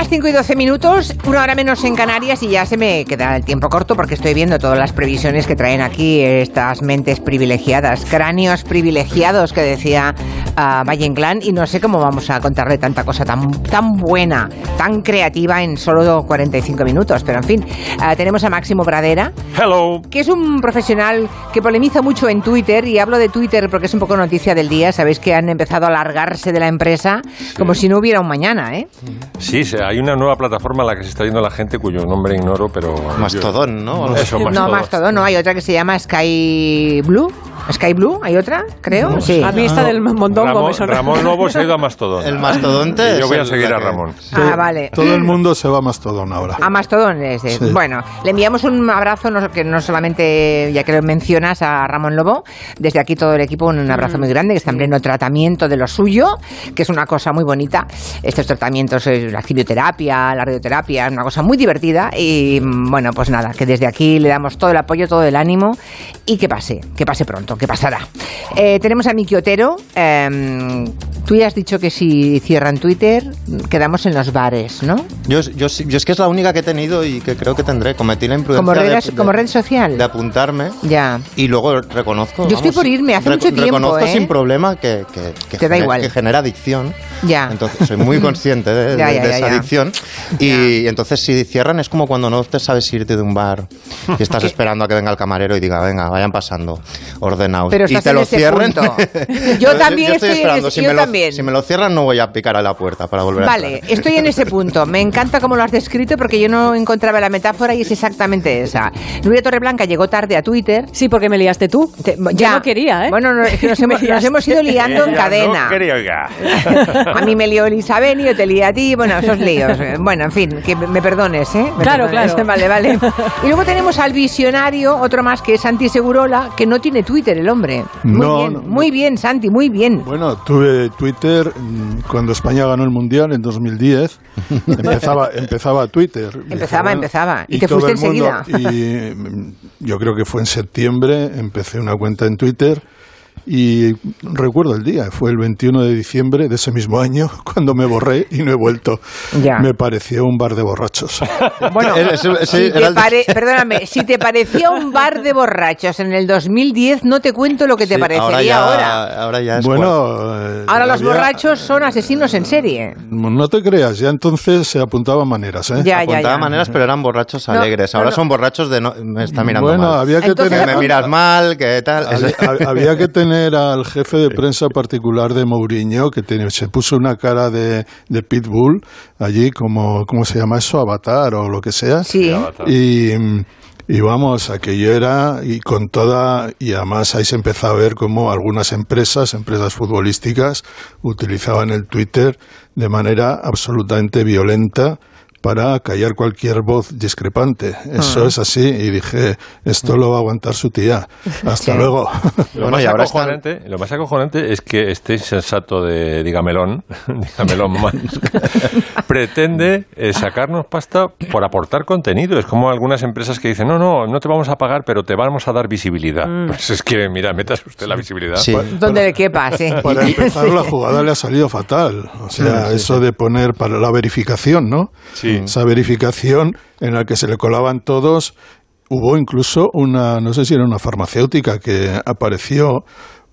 las 5:12, 1 hora menos en Canarias, y ya se me queda el tiempo corto porque estoy viendo todas las previsiones que traen aquí estas mentes privilegiadas, cráneos privilegiados que decía Valle Inclán, y no sé cómo vamos a contarle tanta cosa tan buena, tan creativa en solo 45 minutos, pero en fin, tenemos a Máximo Pradera. Hello. Que es un profesional que polemiza mucho en Twitter, y hablo de Twitter porque es un poco noticia del día. Sabéis que han empezado a largarse de la empresa como si no hubiera un mañana, ¿eh? Sí, hay una nueva plataforma a la que se está yendo la gente cuyo nombre ignoro, pero... Mastodon, ¿no? Eso, No, Mastodon no, hay otra que se llama Sky Blue, ¿hay otra? Creo, no, sí. A mí está del mondongo. Ramón Lobo se ha ido a Mastodon. El mastodonte. Y yo voy a seguir a Ramón. Vale. Todo el mundo se va a Mastodon ahora. A Mastodon, sí. Bueno, le enviamos un abrazo, que no solamente, ya que lo mencionas, a Ramón Lobo, desde aquí todo el equipo un abrazo muy grande, que está en pleno tratamiento de lo suyo, que es una cosa muy bonita. Estos tratamientos, la quimioterapia, la radioterapia, es una cosa muy divertida, y bueno, pues nada, que desde aquí le damos todo el apoyo, todo el ánimo, y que pase pronto, que pasará. Tenemos a Miki Otero. Tú ya has dicho que si cierran Twitter, quedamos en los bares, ¿no? Yo es que es la única que he tenido y que creo que tendré. Cometí la imprudencia como red social. De apuntarme. Ya. Y luego reconozco. Yo estoy por irme hace mucho tiempo. Reconozco sin problema que da igual. Que genera adicción. Ya. Entonces soy muy consciente de esa adicción. Y entonces si cierran es como cuando no te sabes irte de un bar y estás esperando a que venga el camarero y diga, venga, vayan pasando, ordenaos. Pero y te lo cierren. Yo también estoy esperando. Si me lo cierran, no voy a picar a la puerta para volver a entrar. Vale, estoy en ese punto. Me encanta cómo lo has descrito porque yo no encontraba la metáfora y es exactamente esa. Nuria Torreblanca llegó tarde a Twitter. Sí, porque me liaste tú. Yo no quería, ¿eh? Bueno, es que nos hemos ido liando en cadena. No quería, oiga. A mí me lió Elisa Beni, yo te lié a ti, bueno, esos líos. Bueno, en fin, que me perdones, ¿eh? Claro. Vale. Y luego tenemos al visionario, otro más, que es Santi Segurola, que no tiene Twitter el hombre. Muy bien, Santi, muy bien. Bueno, tuve Twitter cuando España ganó el Mundial en 2010. Empezaba Twitter. Empezaba. Y te fuiste enseguida. Y yo creo que fue en septiembre, empecé una cuenta en Twitter. Y recuerdo el día, fue el 21 de diciembre de ese mismo año, cuando me borré y no he vuelto. Ya. Me pareció un bar de borrachos. Bueno, perdóname, si te parecía un bar de borrachos en el 2010, no te cuento lo que te parecería ahora. Ahora ya es ahora los borrachos son asesinos en serie. No te creas, ya entonces se apuntaban maneras, ¿eh? Apuntaban maneras, pero eran borrachos alegres. Ahora son borrachos de me está mirando mal. Había que tener... Me miras mal, ¿qué tal? Había que tener al jefe de prensa particular de Mourinho, que se puso una cara de pitbull allí, como ¿cómo se llama eso? Avatar o lo que sea. Sí. Y vamos, aquello era, y además ahí se empezó a ver cómo algunas empresas futbolísticas utilizaban el Twitter de manera absolutamente violenta para callar cualquier voz discrepante. Eso es así. Y dije, esto lo va a aguantar su tía. Hasta luego. Lo más acojonante es que este insensato de Dígamelón pretende sacarnos pasta por aportar contenido. Es como algunas empresas que dicen, no te vamos a pagar, pero te vamos a dar visibilidad. Pues es que, mira, metas usted la visibilidad. Sí. Donde le quepa, sí. Para empezar, la jugada le ha salido fatal. O sea, eso de poner para la verificación, ¿no? Sí. Esa verificación en la que se le colaban todos. Hubo incluso no sé si era una farmacéutica que apareció,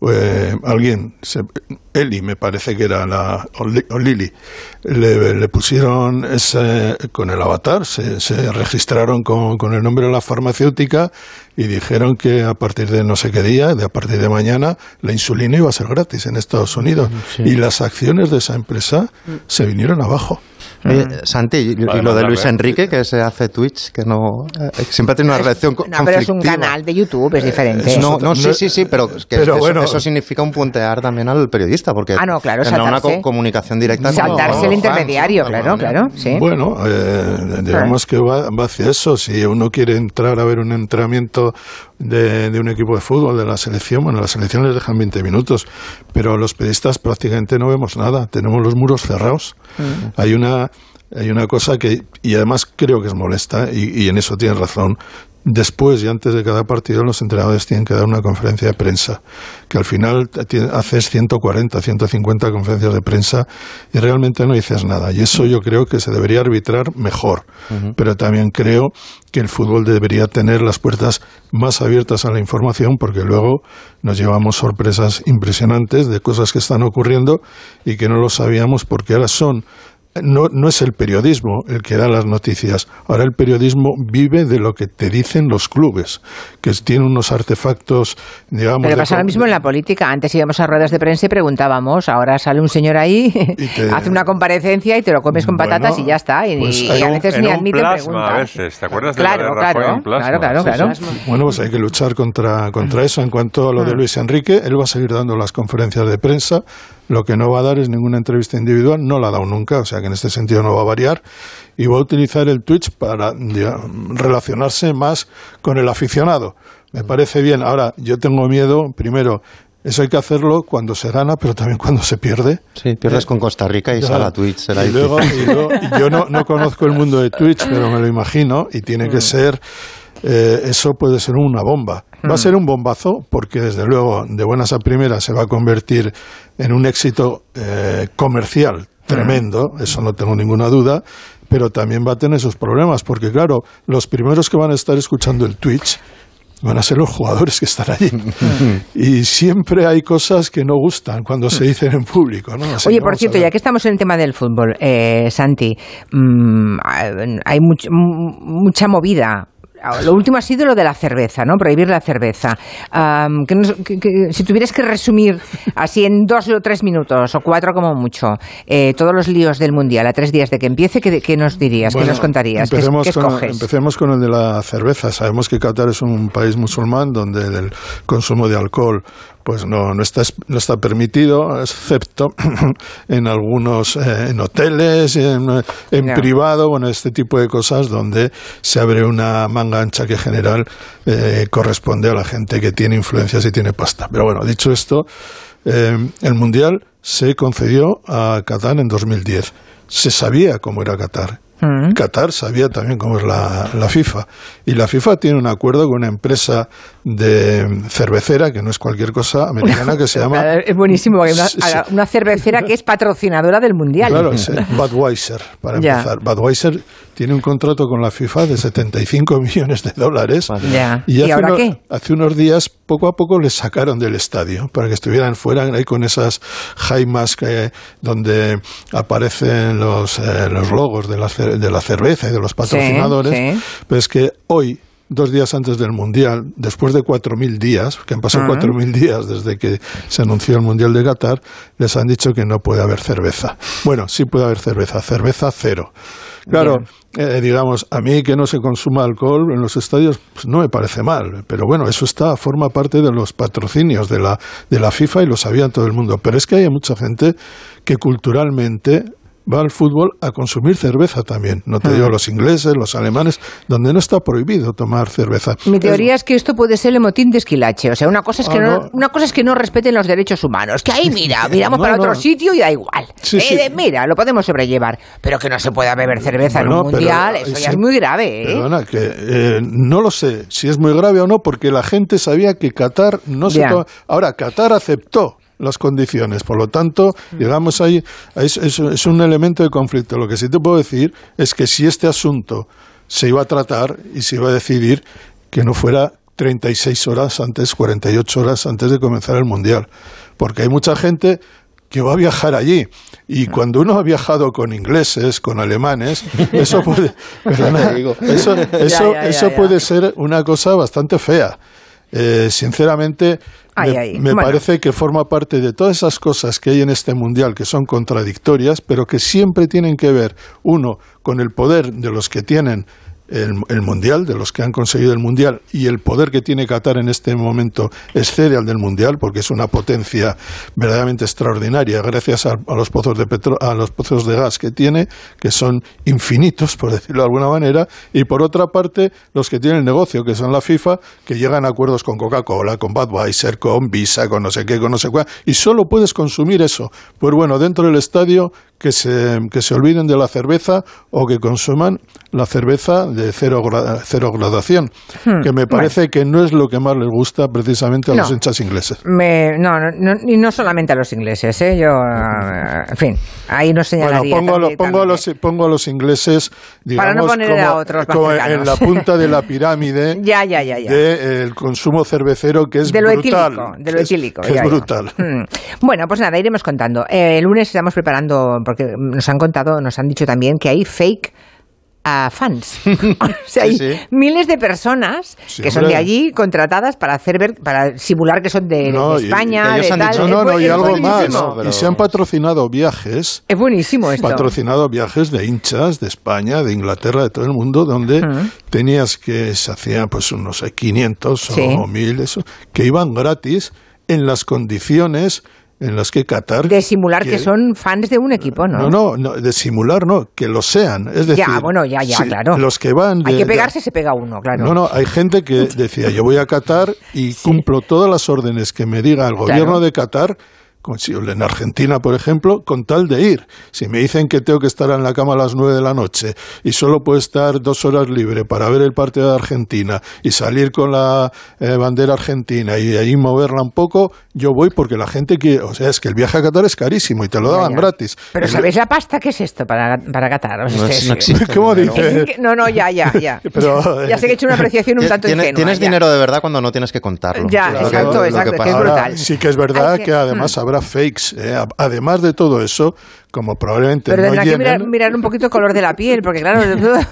Eli me parece que era o Lili, le pusieron con el avatar, se registraron con el nombre de la farmacéutica y dijeron que a partir de no sé qué día, a partir de mañana, la insulina iba a ser gratis en Estados Unidos. Sí. Y las acciones de esa empresa se vinieron abajo. Santi, y lo de Luis Enrique, que se hace Twitch, que no siempre tiene una relación conflictiva. Pero es un canal de YouTube, es diferente. Sí, pero eso significa un puntear también al periodista, porque tendrá una comunicación directa. Saltarse el intermediario, claro, sí. Bueno, digamos que va hacia eso. Si uno quiere entrar a ver un entrenamiento de un equipo de fútbol, de la selección, bueno, la selección les dejan 20 minutos, pero los periodistas prácticamente no vemos nada, tenemos los muros cerrados. Hay una cosa que, y además creo que es molesta, y en eso tienes razón, después y antes de cada partido los entrenadores tienen que dar una conferencia de prensa, que al final haces 140, 150 conferencias de prensa y realmente no dices nada. Y eso yo creo que se debería arbitrar mejor. Pero también creo que el fútbol debería tener las puertas más abiertas a la información, porque luego nos llevamos sorpresas impresionantes de cosas que están ocurriendo y que no lo sabíamos, porque ahora no es el periodismo el que da las noticias. Ahora el periodismo vive de lo que te dicen los clubes, que tienen unos artefactos, digamos... Pero pasa lo mismo en la política. Antes íbamos a ruedas de prensa y preguntábamos. Ahora sale un señor ahí, hace una comparecencia y te lo comes con patatas y ya está. Y, pues y a veces ni admiten preguntas. A veces, ¿te acuerdas de Rajoy en plasma? Claro. Bueno, pues hay que luchar contra eso. En cuanto a lo de Luis Enrique, él va a seguir dando las conferencias de prensa. Lo que no va a dar es ninguna entrevista individual, no la ha dado nunca, o sea que en este sentido no va a variar, y va a utilizar el Twitch para relacionarse más con el aficionado. Me parece bien. Ahora, yo tengo miedo, primero, eso hay que hacerlo cuando se gana, pero también cuando se pierde. Sí, pierdes con Costa Rica y sale a Twitch. Será y luego, yo no conozco el mundo de Twitch, pero me lo imagino, y tiene que ser... eso puede ser una bomba. Va a ser un bombazo porque, desde luego, de buenas a primeras se va a convertir en un éxito comercial tremendo, eso no tengo ninguna duda, pero también va a tener sus problemas, porque, claro, los primeros que van a estar escuchando el Twitch van a ser los jugadores que están allí. Y siempre hay cosas que no gustan cuando se dicen en público, ¿no? Así Oye, por cierto, ya que estamos en el tema del fútbol, Santi, hay mucha movida. Lo último ha sido lo de la cerveza, ¿no? Prohibir la cerveza. Si tuvieras que resumir así en 2 o 3 minutos, o 4 como mucho, todos los líos del Mundial a 3 días de que empiece, ¿qué nos dirías? Bueno, ¿qué nos contarías? ¿Qué escoges? Empecemos con el de la cerveza. Sabemos que Qatar es un país musulmán donde el consumo de alcohol pues no está permitido, excepto en algunos en hoteles, en privado, bueno, este tipo de cosas donde se abre una manga ancha que en general corresponde a la gente que tiene influencias y tiene pasta. Pero bueno, dicho esto, el Mundial se concedió a Qatar en 2010. Se sabía cómo era Qatar. Qatar sabía también cómo es la FIFA, y la FIFA tiene un acuerdo con una empresa de cervecera, que no es cualquier cosa, americana, que se llama... Es buenísimo, una cervecera que es patrocinadora del Mundial. Claro, Budweiser, para empezar. Budweiser tiene un contrato con la FIFA de $75 millones. ¿Y ahora qué? Hace unos días, poco a poco, les sacaron del estadio para que estuvieran fuera, ahí con esas jaimas donde aparecen los logos de la cerveza y de los patrocinadores. Sí. Pero es que hoy, 2 días antes del Mundial, después de 4.000 días, que han pasado 4.000 días desde que se anunció el Mundial de Qatar, les han dicho que no puede haber cerveza. Bueno, sí puede haber cerveza cero. Claro, digamos, a mí que no se consuma alcohol en los estadios, pues no me parece mal, pero bueno, eso forma parte de los patrocinios de la FIFA y lo sabía todo el mundo. Pero es que hay mucha gente que culturalmente va al fútbol a consumir cerveza también. No te digo los ingleses, los alemanes, donde no está prohibido tomar cerveza. Mi teoría es que esto puede ser el motín de Esquilache. O sea, una cosa es que no respeten los derechos humanos. Que ahí miramos para otro sitio y da igual. Sí. Mira, lo podemos sobrellevar. Pero que no se pueda beber cerveza en un mundial, eso ya es muy grave. Perdona, que no lo sé si es muy grave o no, porque la gente sabía que Qatar no se toma. Ahora, Qatar aceptó las condiciones, por lo tanto, digamos, ahí es un elemento de conflicto. Lo que sí te puedo decir es que si este asunto se iba a tratar y se iba a decidir, que no fuera 36 horas antes, 48 horas antes de comenzar el Mundial, porque hay mucha gente que va a viajar allí, y cuando uno ha viajado con ingleses, con alemanes, eso puede, eso puede ser una cosa bastante fea. Sinceramente, me parece que forma parte de todas esas cosas que hay en este Mundial, que son contradictorias, pero que siempre tienen que ver, uno, con el poder de los que tienen el Mundial, de los que han conseguido el Mundial, y el poder que tiene Qatar en este momento excede al del Mundial, porque es una potencia verdaderamente extraordinaria gracias a los pozos de a los pozos de gas que tiene, que son infinitos, por decirlo de alguna manera, y por otra parte los que tienen el negocio, que son la FIFA, que llegan a acuerdos con Coca-Cola, con Budweiser, con Visa, con no sé qué, con no sé cuál, y solo puedes consumir eso. Pues bueno, dentro del estadio que se olviden de la cerveza o que consuman la cerveza de cero graduación, que me parece que no es lo que más les gusta precisamente a los hinchas ingleses. Y no solamente a los ingleses, yo, en fin, ahí no señalaría. Bueno, pongo a los ingleses, digamos, para no poner a otros como en la punta de la pirámide del consumo cervecero, que es de lo brutal. De lo etílico. Que es brutal. Bueno, pues nada, iremos contando. El lunes estamos preparando, porque nos han dicho también que hay fake fans. O sea, hay miles de personas que son de allí contratadas para para simular que son de España. Y algo más. Y se han patrocinado viajes. Es buenísimo esto. Patrocinado viajes de hinchas de España, de Inglaterra, de todo el mundo, donde se hacían pues unos 500 o 1000, que iban gratis en las condiciones en las que Qatar... De simular que son fans de un equipo, ¿no? No, de simular no, que lo sean. Es decir, claro. Los que van... Hay que pegarse, se pega uno, claro. No, hay gente que decía, yo voy a Qatar y cumplo todas las órdenes que me diga el gobierno de Qatar, en Argentina, por ejemplo, con tal de ir. Si me dicen que tengo que estar en la cama a las 9 de la noche y solo puedo estar 2 horas libre para ver el partido de Argentina y salir con la bandera argentina y ahí moverla un poco, yo voy porque la gente quiere... O sea, es que el viaje a Qatar es carísimo y te lo daban gratis. Pero ¿sabéis la pasta que es esto para Qatar? No existe. ¿Cómo dices? Ya. Pero, ya sé que he hecho una apreciación un tanto ingenua. Tienes dinero de verdad cuando no tienes que contarlo. Exacto, que es brutal. Sí que es verdad que además habrá fakes. Además de todo eso, como probablemente pero tendrá que mirar un poquito el color de la piel, porque claro,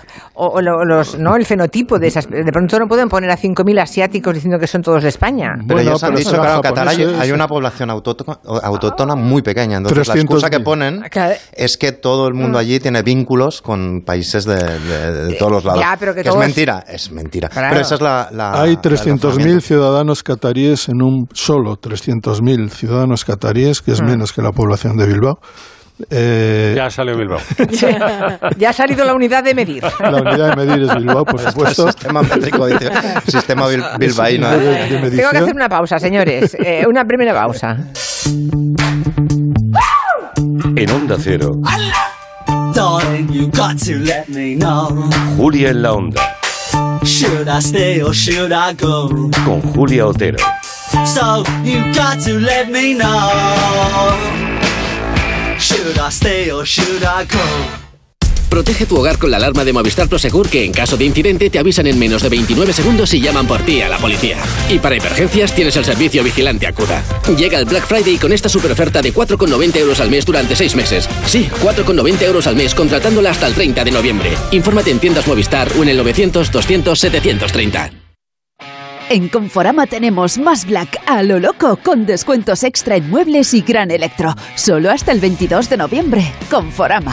el fenotipo de esas... De pronto no pueden poner a 5.000 asiáticos diciendo que son todos de España. Pero ellos han dicho que en Qatar hay una población autóctona muy pequeña, entonces la excusa que ponen es que todo el mundo allí tiene vínculos con países de todos los lados. Es mentira. Claro. Pero esa es la hay 300.000 ciudadanos cataríes en un solo 300.000 ciudadanos cataríes, que es menos que la población de Bilbao. Ya salió Bilbao. Ya ha salido la unidad de medir. La unidad de medir es Bilbao, por supuesto. Sistema bilbaíno. Tengo que hacer una pausa, señores. Una primera pausa. En Onda Cero, Julia en la Onda. Should I stay or should I go? Con Julia Otero. So you got to let me know. Should I stay or should I go? Protege tu hogar con la alarma de Movistar Prosegur, que en caso de incidente te avisan en menos de 29 segundos y llaman por ti a la policía. Y para emergencias tienes el servicio Vigilante Acuda. Llega el Black Friday con esta superoferta de 4,90 € al mes durante 6 meses. Sí, 4,90 € al mes contratándola hasta el 30 de noviembre. Infórmate en tiendas Movistar o en el 900 200 730. En Conforama tenemos más Black a lo loco, con descuentos extra en muebles y gran electro. Solo hasta el 22 de noviembre. Conforama.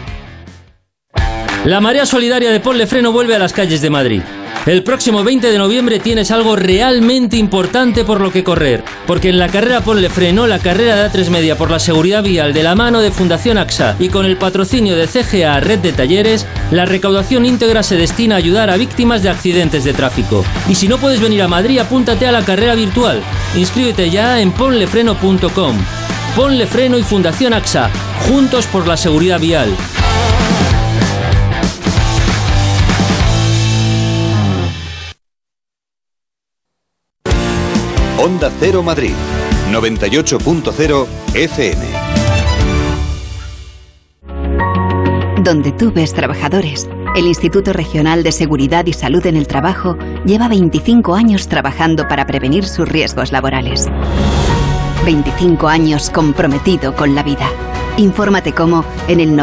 La Marea Solidaria de Ponle Freno vuelve a las calles de Madrid. El próximo 20 de noviembre tienes algo realmente importante por lo que correr, porque en la carrera Ponle Freno, la carrera de A3 Media por la seguridad vial de la mano de Fundación AXA y con el patrocinio de CGA Red de Talleres, la recaudación íntegra se destina a ayudar a víctimas de accidentes de tráfico. Y si no puedes venir a Madrid, apúntate a la carrera virtual. Inscríbete ya en ponlefreno.com. Ponle Freno y Fundación AXA, juntos por la seguridad vial. Onda Cero Madrid, 98.0 FM. Donde tú ves trabajadores, el Instituto Regional de Seguridad y Salud en el Trabajo lleva 25 años trabajando para prevenir sus riesgos laborales. 25 años comprometido con la vida. Infórmate cómo en el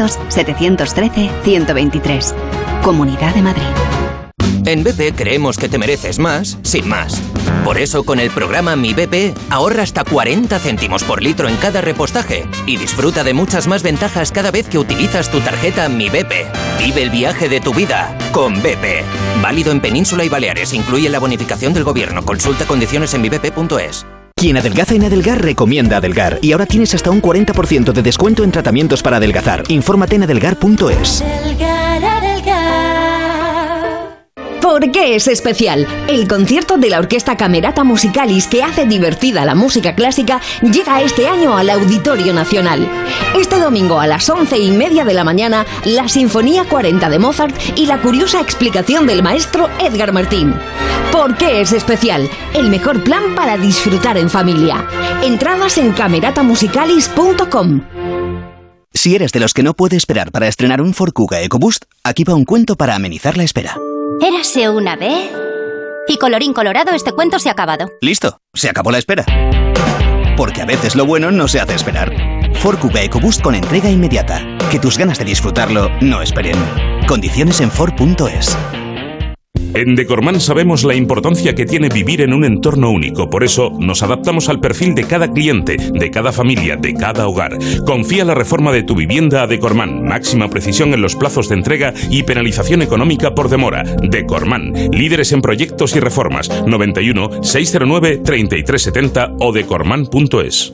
900-713-123. Comunidad de Madrid. En BP creemos que te mereces más, sin más. Por eso, con el programa Mi BP, ahorra hasta 40 céntimos por litro en cada repostaje y disfruta de muchas más ventajas cada vez que utilizas tu tarjeta Mi BP. Vive el viaje de tu vida con BP. Válido en Península y Baleares. Incluye la bonificación del gobierno. Consulta condiciones en mibp.es. Quien adelgaza en Adelgar recomienda Adelgar. Y ahora tienes hasta un 40% de descuento en tratamientos para adelgazar. Infórmate en adelgar.es. ¿Por qué es especial? El concierto de la Orquesta Camerata Musicalis, que hace divertida la música clásica, llega este año al Auditorio Nacional. Este domingo a las 11:30 de la mañana, la Sinfonía 40 de Mozart y la curiosa explicación del maestro Edgar Martín. ¿Por qué es especial? El mejor plan para disfrutar en familia. Entradas en cameratamusicalis.com. Si eres de los que no puede esperar para estrenar un Ford Kuga EcoBoost, aquí va un cuento para amenizar la espera. Érase una vez... Y colorín colorado, este cuento se ha acabado. Listo, se acabó la espera. Porque a veces lo bueno no se hace esperar. Ford Kuga EcoBoost con entrega inmediata. Que tus ganas de disfrutarlo no esperen. Condiciones en Ford.es. En Decorman sabemos la importancia que tiene vivir en un entorno único. Por eso nos adaptamos al perfil de cada cliente, de cada familia, de cada hogar. Confía la reforma de tu vivienda a Decorman. Máxima precisión en los plazos de entrega y penalización económica por demora. Decorman, líderes en proyectos y reformas. 91 609 3370 o decorman.es.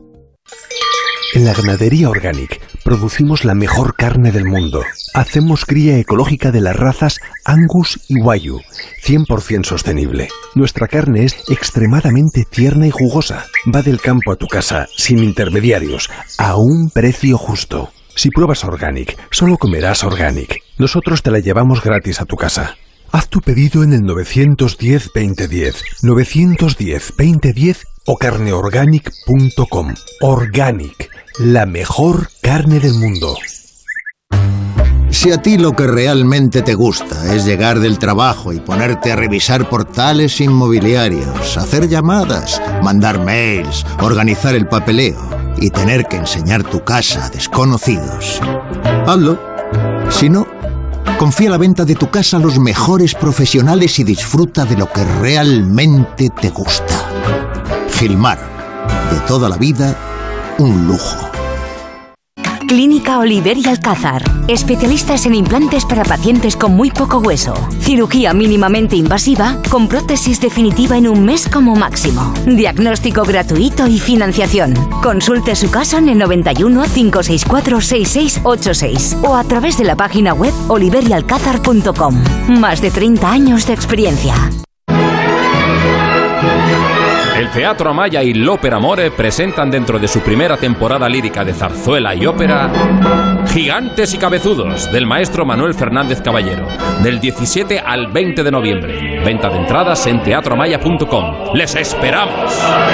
En la ganadería Organic producimos la mejor carne del mundo. Hacemos cría ecológica de las razas Angus y Wagyu, 100% sostenible. Nuestra carne es extremadamente tierna y jugosa. Va del campo a tu casa, sin intermediarios, a un precio justo. Si pruebas Organic, solo comerás Organic. Nosotros te la llevamos gratis a tu casa. Haz tu pedido en el 910-2010, 910-2010 o carneorganic.com. Organic, la mejor carne del mundo. Si a ti lo que realmente te gusta es llegar del trabajo y ponerte a revisar portales inmobiliarios, hacer llamadas, mandar mails, organizar el papeleo y tener que enseñar tu casa a desconocidos, hazlo. Si no, confía la venta de tu casa a los mejores profesionales y disfruta de lo que realmente te gusta. Gilmar, de toda la vida, un lujo. Clínica Oliver y Alcázar. Especialistas en implantes para pacientes con muy poco hueso. Cirugía mínimamente invasiva con prótesis definitiva en un mes como máximo. Diagnóstico gratuito y financiación. Consulte su caso en el 91 564 6686 o a través de la página web oliverialcázar.com. Más de 30 años de experiencia. El Teatro Amaya y l'Ópera Amore presentan dentro de su primera temporada lírica de zarzuela y ópera Gigantes y Cabezudos, del maestro Manuel Fernández Caballero, del 17 al 20 de noviembre. Venta de entradas en teatroamaya.com. ¡Les esperamos!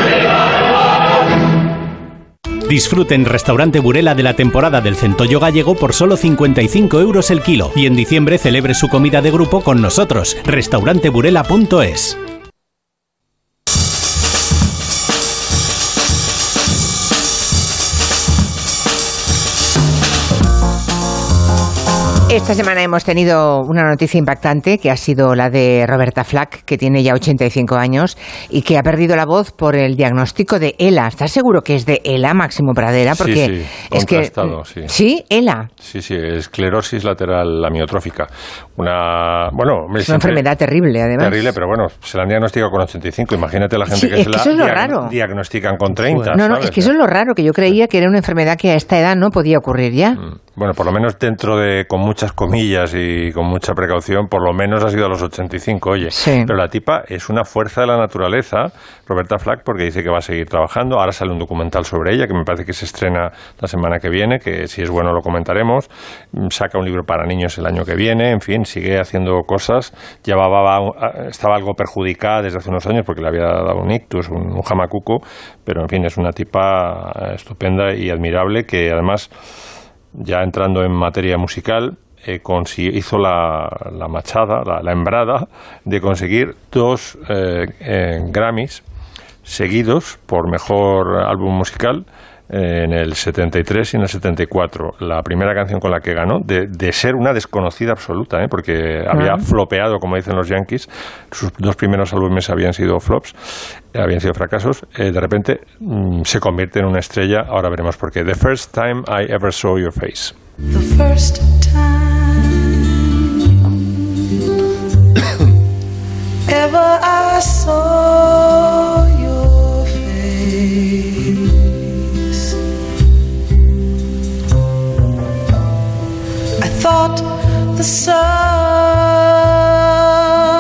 Disfrute en Restaurante Burela de la temporada del centollo gallego por solo 55 € el kilo. Y en diciembre celebre su comida de grupo con nosotros. Restauranteburela.es. Esta semana hemos tenido una noticia impactante que ha sido la de Roberta Flack, que tiene ya 85 años y que ha perdido la voz por el diagnóstico de ELA. ¿Estás seguro que es de ELA, Máximo Pradera? Porque sí, es que sí, ELA. Sí, esclerosis lateral amiotrófica. Es una enfermedad terrible, además. Terrible, pero bueno, se la han diagnosticado con 85. Imagínate la gente que se la diagnostican con 30. No, es que eso es lo raro, que yo creía que era una enfermedad que a esta edad no podía ocurrir ya. Bueno, por lo menos dentro de, con muchas comillas y con mucha precaución, por lo menos ha sido a los 85, oye. Sí. Pero la tipa es una fuerza de la naturaleza, Roberta Flack, porque dice que va a seguir trabajando. Ahora sale un documental sobre ella, que me parece que se estrena la semana que viene, que si es bueno lo comentaremos. Saca un libro para niños el año que viene, en fin, sigue haciendo cosas. Estaba algo perjudicada desde hace unos años porque le había dado un ictus, un jamacuco, pero en fin, es una tipa estupenda y admirable que además, ya entrando en materia musical, hizo la machada, la embrada de conseguir 2 Grammys seguidos por mejor álbum musical en el 73 y en el 74. La primera canción con la que ganó, de ser una desconocida absoluta, porque había flopeado, como dicen los Yankees, sus 2 primeros álbumes habían sido flops, habían sido fracasos, de repente se convierte en una estrella. Ahora veremos por qué. The First Time I Ever Saw Your Face. The first time ever I saw your face, I thought the sun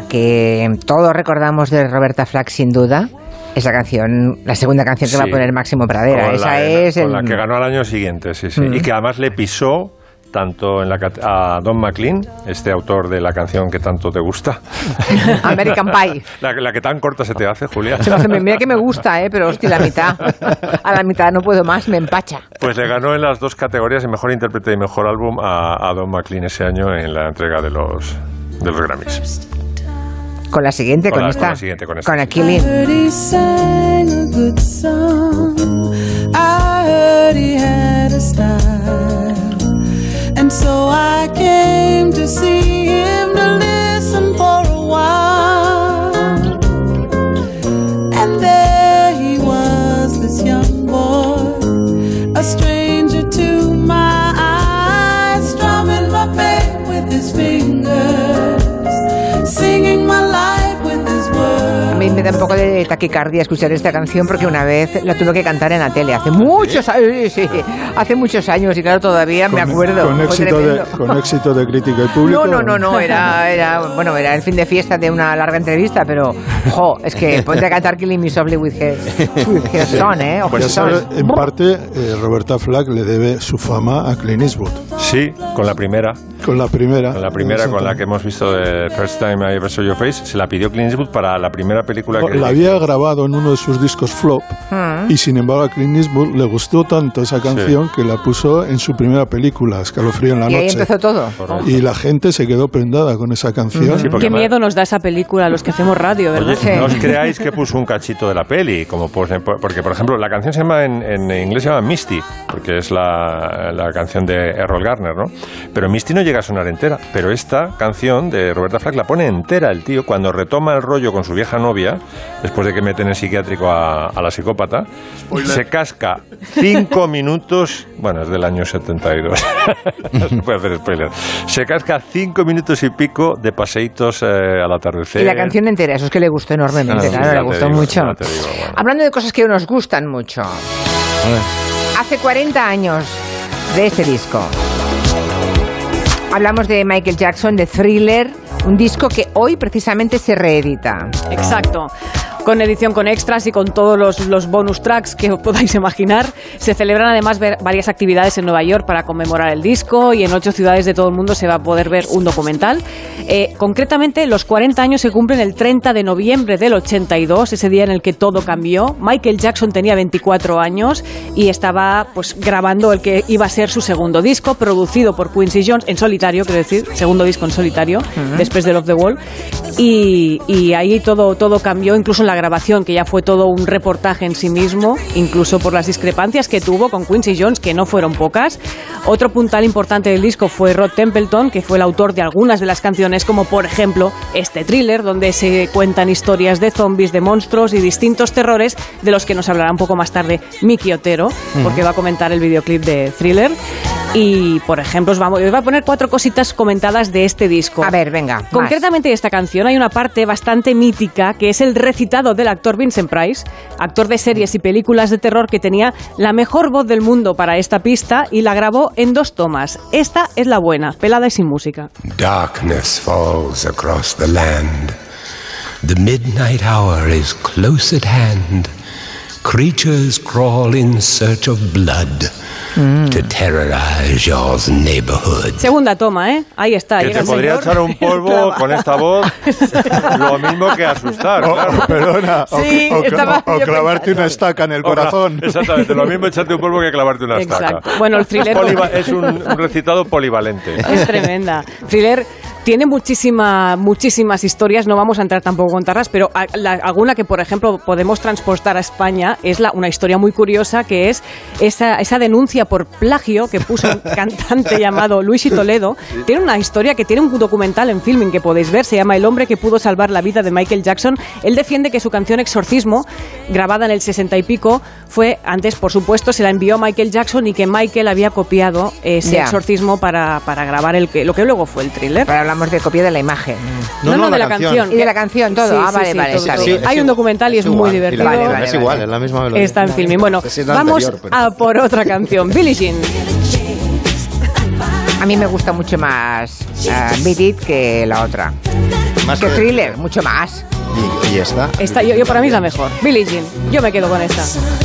que todos recordamos de Roberta Flack sin duda, esa canción, la segunda canción que va a poner Máximo Pradera. Con la que ganó al año siguiente, sí. Y que además le pisó tanto a Don McLean, este autor de la canción que tanto te gusta. American Pie. La que tan corta se te hace, Julia. Mira que me gusta, pero hostia, la mitad. A la mitad no puedo más, me empacha. Pues le ganó en las dos categorías, de mejor intérprete y mejor álbum, a Don McLean ese año en la entrega de los Grammys. Con la siguiente, con esta. Con Aquilín. And so I came to see him to listen for a while. And there he was, this young boy, a stranger to my eyes, strumming my pain with his fingers, singing my life with his words. A mí me da un poco de taquicardia escuchar esta canción porque una vez la tuve que cantar en la tele hace muchos años, hace muchos años y claro, todavía me acuerdo. Con éxito de crítica y público. No, era el fin de fiesta de una larga entrevista, pero es que ponte a cantar Killing Me Softly with His Son, en parte, Roberta Flack le debe su fama a Clint Eastwood. Sí, con la primera. Con la primera, con la que hemos visto de First Time I Ever Saw Your Face, se la pidió Clint Eastwood para la primera película que... La había grabado en uno de sus discos flop y sin embargo a Clint Eastwood le gustó tanto esa canción que la puso en su primera película, Escalofrío en la Noche. Y ahí empezó todo. Y la gente se quedó prendada con esa canción. Sí, qué miedo nos da esa película a los que hacemos radio, ¿verdad? Oye, no os creáis que puso un cachito de la peli, porque por ejemplo la canción se llama en inglés se llama Misty, porque es la canción de Errol Garner, ¿no? Pero Misty no llega a sonar entera, pero esta canción de Roberta Flack la pone entera el tío cuando retoma el rollo con su vieja novia, después de que meten en psiquiátrico a la psicópata. Spoiler. Se casca 5 minutos, bueno, es del año 72, no se puede hacer spoiler. Se casca 5 minutos y pico de paseitos al atardecer. Y la canción entera, eso es que le gustó enormemente, le gustó mucho. Bueno. Hablando de cosas que nos gustan mucho, hace 40 años de este disco. Hablamos de Michael Jackson, de Thriller, un disco que hoy precisamente se reedita. Exacto. Con edición con extras y con todos los bonus tracks que os podáis imaginar. Se celebran además varias actividades en Nueva York para conmemorar el disco y en 8 ciudades de todo el mundo se va a poder ver un documental. Concretamente, los 40 años se cumplen el 30 de noviembre del 82, ese día en el que todo cambió. Michael Jackson tenía 24 años y estaba grabando el que iba a ser su segundo disco, producido por Quincy Jones, en solitario, quiero decir, segundo disco en solitario, después de Off the Wall. Y ahí todo cambió, incluso en la grabación, que ya fue todo un reportaje en sí mismo, incluso por las discrepancias que tuvo con Quincy Jones, que no fueron pocas. Otro puntal importante del disco fue Rod Templeton, que fue el autor de algunas de las canciones, como por ejemplo este Thriller, donde se cuentan historias de zombies, de monstruos y distintos terrores, de los que nos hablará un poco más tarde Miki Otero, porque va a comentar el videoclip de Thriller. Y, por ejemplo, os voy a poner 4 cositas comentadas de este disco. A ver, venga. Concretamente de esta canción hay una parte bastante mítica, que es el recitado del actor Vincent Price, actor de series y películas de terror, que tenía la mejor voz del mundo para esta pista y la grabó en 2 tomas. Esta es la buena, pelada y sin música. Darkness falls across the land. The midnight hour is close at hand. Creatures crawl in search of blood. To terrorize your neighborhood. Segunda toma, Ahí está. Que te podría echar un polvo con esta voz, lo mismo que asustar. Claro. Perdona, sí, o clavarte una estaca en el corazón. Exactamente, lo mismo echarte un polvo que clavarte una estaca. Bueno, el Thriller es un recitado polivalente. Es tremenda. Thriller tiene muchísimas historias, no vamos a entrar tampoco a contarlas, pero alguna que, por ejemplo, podemos transportar a España es una historia muy curiosa, que es esa denuncia por plagio que puso un cantante llamado Luis Toledo. Tiene una historia que tiene un documental en Filmin que podéis ver, se llama El hombre que pudo salvar la vida de Michael Jackson. Él defiende que su canción Exorcismo, grabada en el 60 y pico, fue antes, por supuesto, se la envió a Michael Jackson y que Michael había copiado ese exorcismo para grabar lo que luego fue el Thriller. Pero hablamos de copia de la imagen. No, de la canción. Y de la canción, todo. Sí, vale. Sí, hay un documental y es muy divertido. Vale, es igual, es la misma melodía. Está en Filmin. Bueno, vamos a por otra canción. Billie Jean. A mí me gusta mucho más Beat It que la otra. Más que Thriller, mucho más. ¿Y esta? Esta yo para mí es la mejor. Billie Jean. Yo me quedo con esta.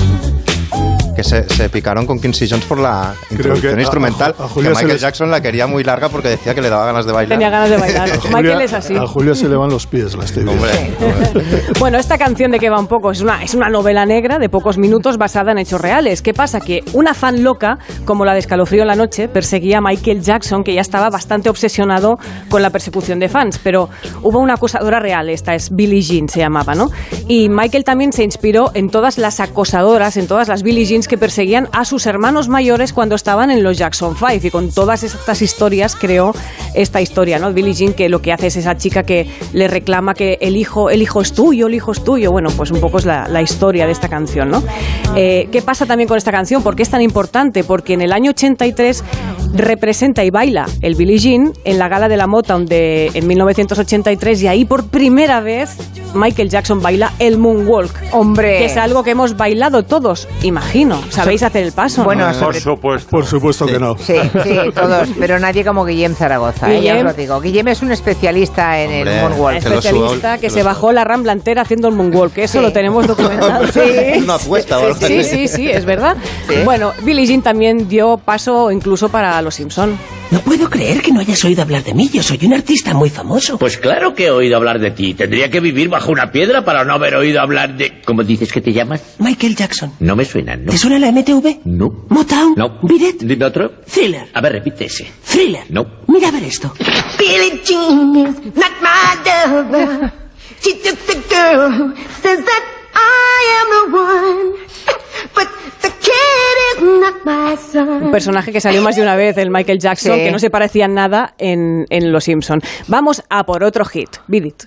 Que se picaron con Quincy Jones por la introducción instrumental. A que Michael Jackson la quería muy larga porque decía que le daba ganas de bailar. Tenía ganas de bailar. Michael es así. A Julia se le van los pies, la estoy viendo. Bueno, esta canción de qué va un poco es una novela negra de pocos minutos basada en hechos reales. ¿Qué pasa? Que una fan loca, como la de Escalofrío en la noche, perseguía a Michael Jackson, que ya estaba bastante obsesionado con la persecución de fans. Pero hubo una acosadora real, esta es Billie Jean, se llamaba, ¿no? Y Michael también se inspiró en todas las acosadoras, en todas las Billie Jeans que perseguían a sus hermanos mayores cuando estaban en los Jackson 5, y con todas estas historias creó esta historia, ¿no? Billie Jean, que lo que hace es esa chica que le reclama que el hijo es tuyo, el hijo es tuyo. Bueno, pues un poco es la historia de esta canción, ¿no? ¿Qué pasa también con esta canción? ¿Por qué es tan importante? Porque en el año 83 representa y baila el Billie Jean en la gala de la Motown en 1983, y ahí por primera vez Michael Jackson baila el Moonwalk. ¡Hombre! Que es algo que hemos bailado todos, imagino. ¿Sabéis hacer el paso? Bueno, por supuesto que no. Sí, todos, pero nadie como Guillem Zaragoza, ya os lo digo. Guillem es un especialista en el Moonwalk. Especialista que se bajó la Rambla entera haciendo el Moonwalk, eso lo tenemos documentado. Es una apuesta. Sí, es verdad. ¿Sí? Bueno, Billie Jean también dio paso incluso para Los Simpson. No puedo creer que no hayas oído hablar de mí. Yo soy un artista muy famoso. Pues claro que he oído hablar de ti. Tendría que vivir bajo una piedra para no haber oído hablar de... ¿Cómo dices que te llamas? Michael Jackson. No me suena, ¿no? ¿Te suena la MTV? No. ¿Motown? No. ¿Beat It? Dime otro. Thriller. A ver, repite ese. Thriller. No. Mira a ver esto. Billie Jean is not my lover. She took the girl, says that I am the one. But the kid is not my son. Un personaje que salió más de una vez, el Michael Jackson, que no se parecía en nada en Los Simpson. Vamos a por otro hit. Beat It.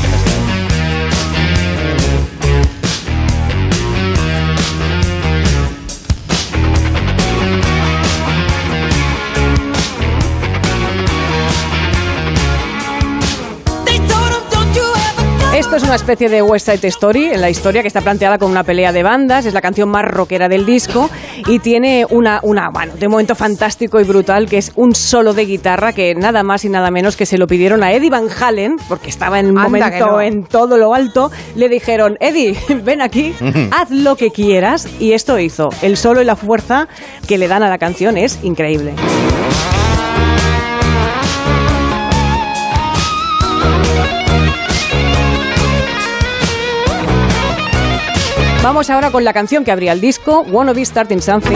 Esto es una especie de West Side Story, en la historia que está planteada con una pelea de bandas. Es la canción más rockera del disco y tiene bueno, de momento fantástico y brutal, que es un solo de guitarra que nada más y nada menos que se lo pidieron a Eddie Van Halen, porque estaba en un momento en todo lo alto. Le dijeron, Eddie, ven aquí, haz lo que quieras, y esto hizo. El solo y la fuerza que le dan a la canción es increíble. Vamos ahora con la canción que abría el disco, Wanna Be Starting Something.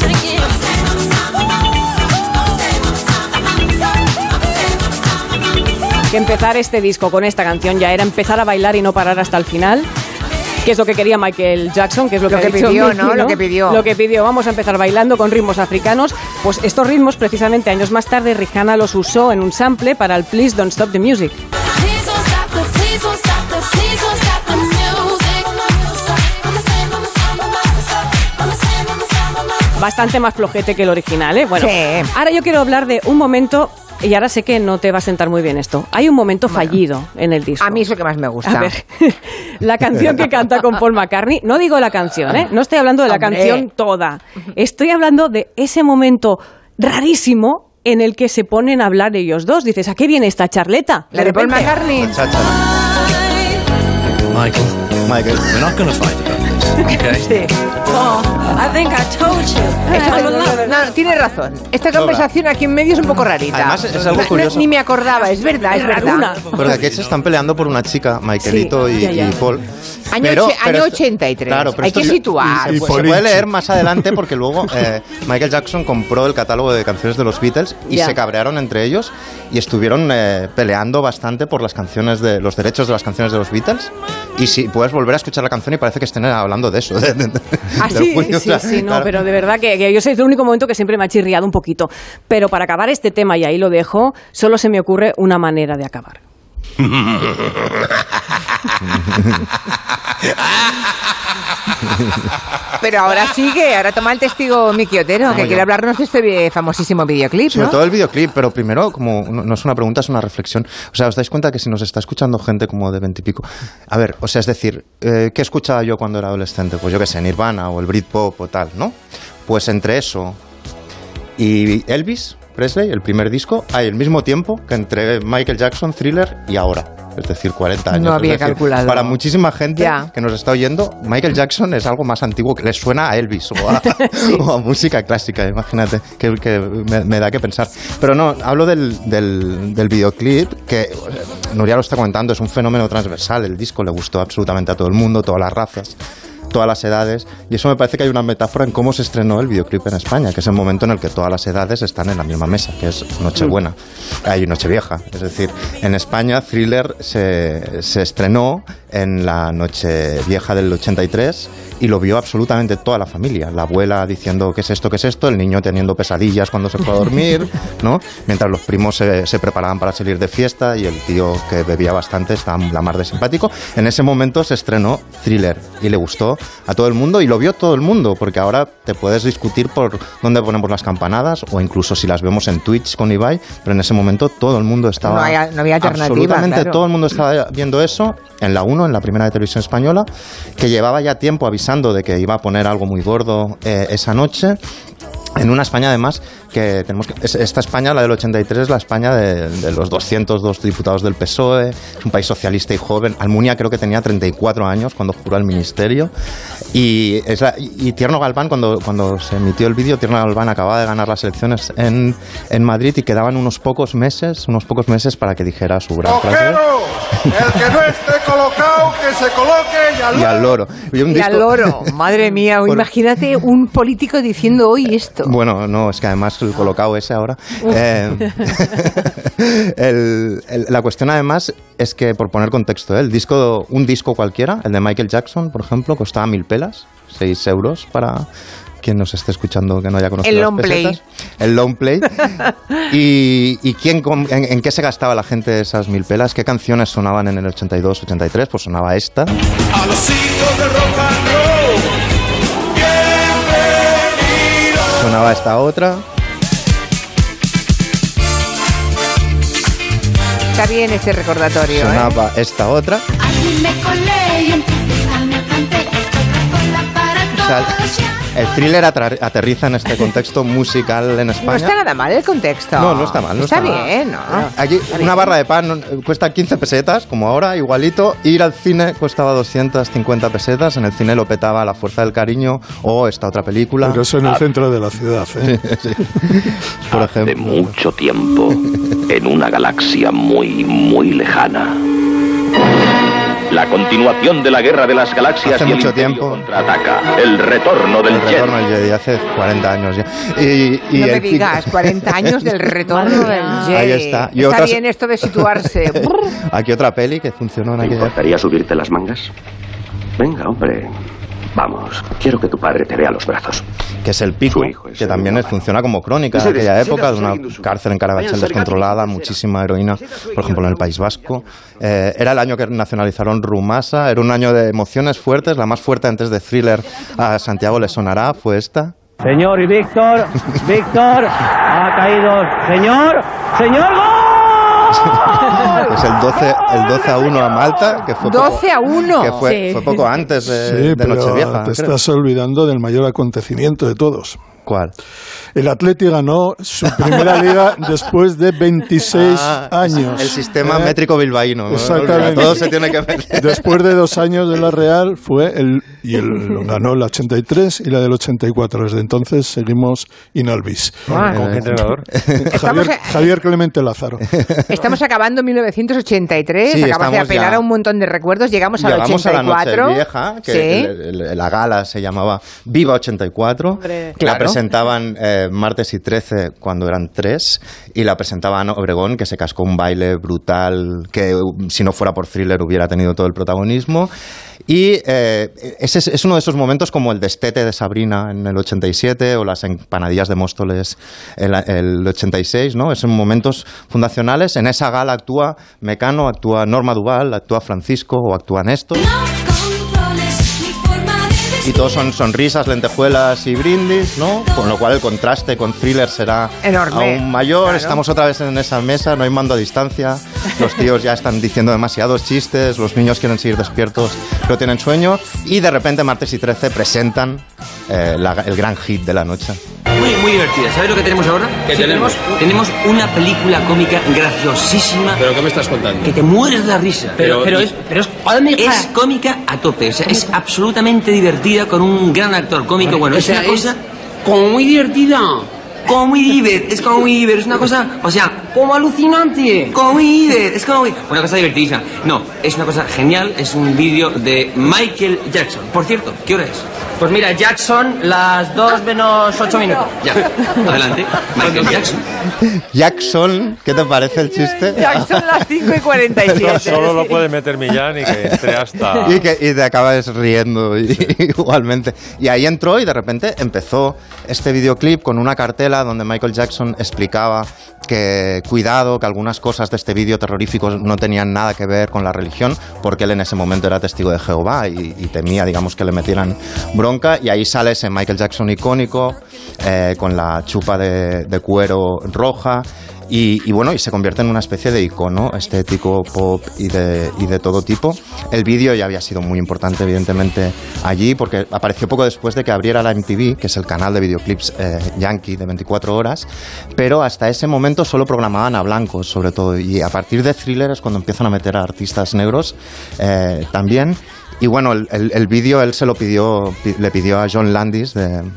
Que empezar este disco con esta canción ya era empezar a bailar y no parar hasta el final, que es lo que quería Michael Jackson, que es lo que pidió, ¿no? Lo que pidió. Vamos a empezar bailando con ritmos africanos. Pues estos ritmos, precisamente años más tarde, Rihanna los usó en un sample para el Please Don't Stop the Music. Bastante más flojete que el original, ¿eh? Bueno, sí. Ahora yo quiero hablar de un momento, y ahora sé que no te va a sentar muy bien esto. Hay un momento fallido en el disco. A mí es lo que más me gusta. A ver, la canción que canta con Paul McCartney, no digo la canción, ¿eh? No estoy hablando de la canción toda. Estoy hablando de ese momento rarísimo en el que se ponen a hablar ellos dos. Dices, ¿a qué viene esta charleta? La de Paul McCartney. Michael, we're not going to fight about this, okay? Sí. Oh, I think I told you. No, tiene razón. Esta conversación aquí en medio es un poco rarita. Además, es algo curioso. Ni me acordaba, es verdad. Porque aquí se están peleando por una chica, Michaelito y Paul. Año 83. Claro, pero hay que situar. Se puede leer más adelante porque luego Michael Jackson compró el catálogo de canciones de los Beatles y se cabrearon entre ellos y estuvieron peleando bastante por las canciones de los derechos de las canciones de los Beatles. Y si puedes volver a escuchar la canción y parece que estén hablando de eso. Sí, no, pero de verdad que yo sé, es el único momento que siempre me ha chirriado un poquito. Pero para acabar este tema, y ahí lo dejo, solo se me ocurre una manera de acabar. Pero ahora sigue, ahora toma el testigo Miki Otero, que quiere hablarnos de este famosísimo videoclip, ¿no? Sobre todo el videoclip, pero primero, como no es una pregunta, es una reflexión. O sea, os dais cuenta que si nos está escuchando gente como de 20 y pico, a ver, o sea, es decir, ¿qué escuchaba yo cuando era adolescente? Pues yo qué sé, Nirvana o el Britpop o tal, ¿no? Pues entre eso y Elvis Presley, el primer disco, hay el mismo tiempo que entre Michael Jackson, Thriller y ahora. Es decir, 40 años. No había calculado. Para muchísima gente que nos está oyendo, Michael Jackson es algo más antiguo que les suena a Elvis o a música clásica, imagínate, que me da que pensar. Pero no, hablo del videoclip, que Nuria lo está comentando, es un fenómeno transversal. El disco le gustó absolutamente a todo el mundo, todas las razas, todas las edades, y eso me parece que hay una metáfora en cómo se estrenó el videoclip en España, que es el momento en el que todas las edades están en la misma mesa, que es Nochebuena, hay Nochevieja. Es decir, en España Thriller se estrenó en la Nochevieja del 83 y lo vio absolutamente toda la familia. La abuela diciendo ¿qué es esto? El niño teniendo pesadillas cuando se fue a dormir, ¿no? Mientras los primos se preparaban para salir de fiesta y el tío, que bebía bastante, estaba la mar de simpático. En ese momento se estrenó Thriller y le gustó a todo el mundo y lo vio todo el mundo, porque ahora te puedes discutir por dónde ponemos las campanadas o incluso si las vemos en Twitch con Ibai, pero en ese momento todo el mundo estaba... No había alternativa, absolutamente claro. Todo el mundo estaba viendo eso en la 1, en la primera de Televisión Española, que llevaba ya tiempo avisando de que iba a poner algo muy gordo esa noche. En una España, además, que tenemos que... Esta España, la del 83, es la España de los 202 diputados del PSOE, es un país socialista y joven. Almunia creo que tenía 34 años cuando juró al ministerio. Y Tierno Galván, cuando se emitió el vídeo, Tierno Galván acababa de ganar las elecciones en Madrid y quedaban unos pocos meses para que dijera su gran frase. El que no esté colocado, que se coloque y al loro. Y al loro, madre mía, imagínate un político diciendo hoy esto. Bueno, no, es que además el colocado ese ahora. La cuestión además es que, por poner contexto, un disco cualquiera, el de Michael Jackson, por ejemplo, costaba 1.000 pelas, 6 euros para quien nos esté escuchando que no haya conocido el long play. El long play. ¿Y en qué se gastaba la gente esas 1.000 pelas? ¿Qué canciones sonaban en el 82, 83? Pues sonaba esta. A los hijos de rock and roll, bienvenidos. Sonaba esta otra. Está bien este recordatorio. Sonaba esta otra. O sea, el Thriller aterriza en este contexto musical en España. No está nada mal el contexto. No está mal. Está bien, ¿no? Allí una barra de pan cuesta 15 pesetas, como ahora, igualito. Ir al cine costaba 250 pesetas. En el cine lo petaba La Fuerza del Cariño o esta otra película. Pero eso en el centro de la ciudad, ¿eh? Sí. Por ejemplo. Hace mucho tiempo, en una galaxia muy, muy lejana. La continuación de la Guerra de las Galaxias hace y mucho tiempo contraataca. El retorno del Jedi. Hace 40 años ya. No me digas, 40 años del retorno del Jedi. Ahí está. Y está bien esto de situarse. Aquí otra peli que funcionó en aquella... ¿Te importaría subirte las mangas? Venga, hombre. Vamos, quiero que tu padre te vea los brazos. Que es El Pico, que también funciona como crónica de aquella época, de una cárcel en Carabanchel descontrolada, muchísima heroína, por ejemplo, en el País Vasco. Era el año que nacionalizaron Rumasa, era un año de emociones fuertes, la más fuerte antes de Thriller, a Santiago le sonará, fue esta. Señor y Víctor, ha caído, señor, ¡gol! Pues el 12-1 a Malta, que fue 12-1. Que fue poco antes de Nochevieja. Te estás olvidando del mayor acontecimiento de todos. ¿Cuál? El Atleti ganó su primera liga después de 26 años. El sistema métrico bilbaíno. Exactamente. Todo se tiene que meter. Después de 2 años de la Real ganó la 83 y la del 84. Desde entonces seguimos inalvis. ¿Con qué entrenador? Javier Clemente Lázaro. Estamos acabando 1983. Sí, acabas de apelar a un montón de recuerdos. Llegamos al 84. A la Nochevieja, que la gala se llamaba Viva 84. Hombre, la presentaban martes y 13 cuando eran 3 y la presentaban Obregón, que se cascó un baile brutal que si no fuera por Thriller hubiera tenido todo el protagonismo. Y ese es uno de esos momentos como el destete de Sabrina en el 87 o las empanadillas de Móstoles el 86, ¿no? Son momentos fundacionales. En esa gala actúa Mecano, actúa Norma Duval, actúa Francisco o actúa Néstor. Y todos son sonrisas, lentejuelas y brindis, ¿no? Con lo cual el contraste con Thriller será enorme, aún mayor. Claro. Estamos otra vez en esa mesa, no hay mando a distancia. Los tíos ya están diciendo demasiados chistes, los niños quieren seguir despiertos, pero tienen sueño. Y de repente, martes y 13 presentan el gran hit de la noche. muy divertida. ¿Sabes lo que tenemos ahora? ¿Qué tenemos? Tenemos una película cómica graciosísima. ¿Pero qué me estás contando? Que te mueres de la risa. Pero es cómica a tope. O sea, es absolutamente divertida con un gran actor cómico. Bueno, es una cosa... como muy divertida. Como muy divertido, es una cosa, o sea, como alucinante, como muy divertido, es como una cosa divertidísima. No, es una cosa genial, es un vídeo de Michael Jackson. Por cierto, ¿qué hora es? Pues mira, Jackson, las 2 menos 8 minutos. Ya, adelante, Michael Jackson. Jackson, ¿qué te parece el chiste? Jackson las 5:47. Solo lo puede meter Millán y que entre hasta... Y te acabas riendo igualmente. Y ahí entró y de repente empezó este videoclip con una cartela donde Michael Jackson explicaba que cuidado, que algunas cosas de este vídeo terrorífico no tenían nada que ver con la religión, porque él en ese momento era testigo de Jehová y temía, digamos, que le metieran bronca. Y ahí sale ese Michael Jackson icónico, con la chupa de cuero roja. Y bueno, y se convierte en una especie de icono estético, pop y de todo tipo. El vídeo ya había sido muy importante, evidentemente, allí, porque apareció poco después de que abriera la MTV, que es el canal de videoclips yankee de 24 horas, pero hasta ese momento solo programaban a blancos, sobre todo, y a partir de Thriller es cuando empiezan a meter a artistas negros también. Y bueno, el vídeo él le pidió a John Landis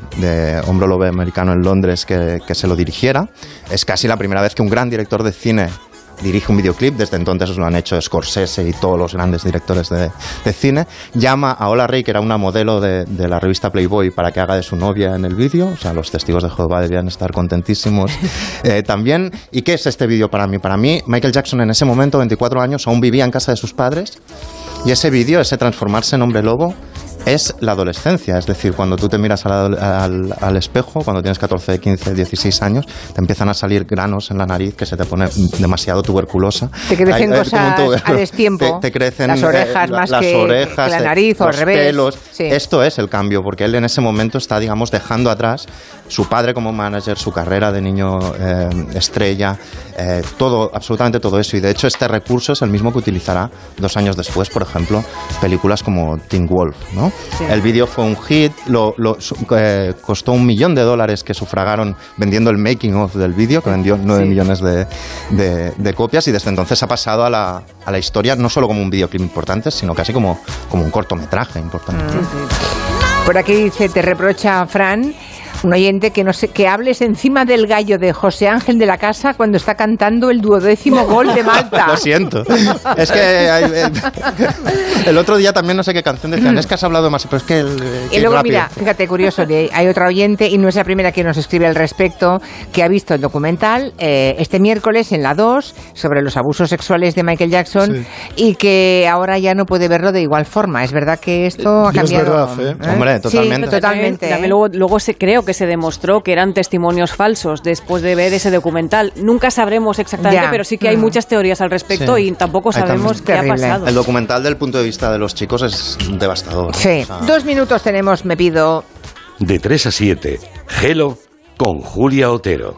de Hombro Lobe Americano en Londres que se lo dirigiera. Es casi la primera vez que un gran director de cine dirige un videoclip. Desde entonces lo han hecho Scorsese y todos los grandes directores de cine. Llama a Ola Ray, que era una modelo de la revista Playboy, para que haga de su novia en el vídeo. O sea, los testigos de Jehová debían estar contentísimos también. ¿Y qué es este vídeo para mí? Para mí, Michael Jackson en ese momento, 24 años, aún vivía en casa de sus padres. Y ese vídeo, ese transformarse en hombre lobo, es la adolescencia. Es decir, cuando tú te miras al espejo, cuando tienes 14, 15, 16 años, te empiezan a salir granos en la nariz que se te pone demasiado tuberculosa. Te crecen cosas a destiempo. Te crecen las orejas más que la nariz o al revés. Pelos. Sí. Esto es el cambio, porque él en ese momento está, digamos, dejando atrás su padre como manager, su carrera de niño estrella, todo, absolutamente todo eso. Y de hecho este recurso es el mismo que utilizará 2 años después, por ejemplo, películas como Teen Wolf, ¿no? Sí. El vídeo fue un hit, costó $1 millón que sufragaron vendiendo el making of del vídeo, que vendió 9 millones de copias, y desde entonces ha pasado a la historia no solo como un videoclip importante, sino casi como un cortometraje importante. Por aquí dice, te reprocha Fran, un oyente, que hables encima del gallo de José Ángel de la Casa cuando está cantando el 12º gol de Malta. Lo siento. Es que el otro día también no sé qué canción decían, es que has hablado más, pero es que y luego rápido. Mira, fíjate, curioso, hay otra oyente, y no es la primera que nos escribe al respecto, que ha visto el documental este miércoles en la 2 sobre los abusos sexuales de Michael Jackson, y que ahora ya no puede verlo de igual forma. Es verdad que esto ha cambiado. Es verdad, Hombre, totalmente. Sí, totalmente. También luego creo que se demostró que eran testimonios falsos después de ver ese documental. Nunca sabremos exactamente, pero sí que hay muchas teorías al respecto, y tampoco sabemos qué ha pasado. El documental, del punto de vista de los chicos, es devastador. Sí. O sea, 2 minutos tenemos, me pido. De 3 a 7, Gelo con Julia Otero.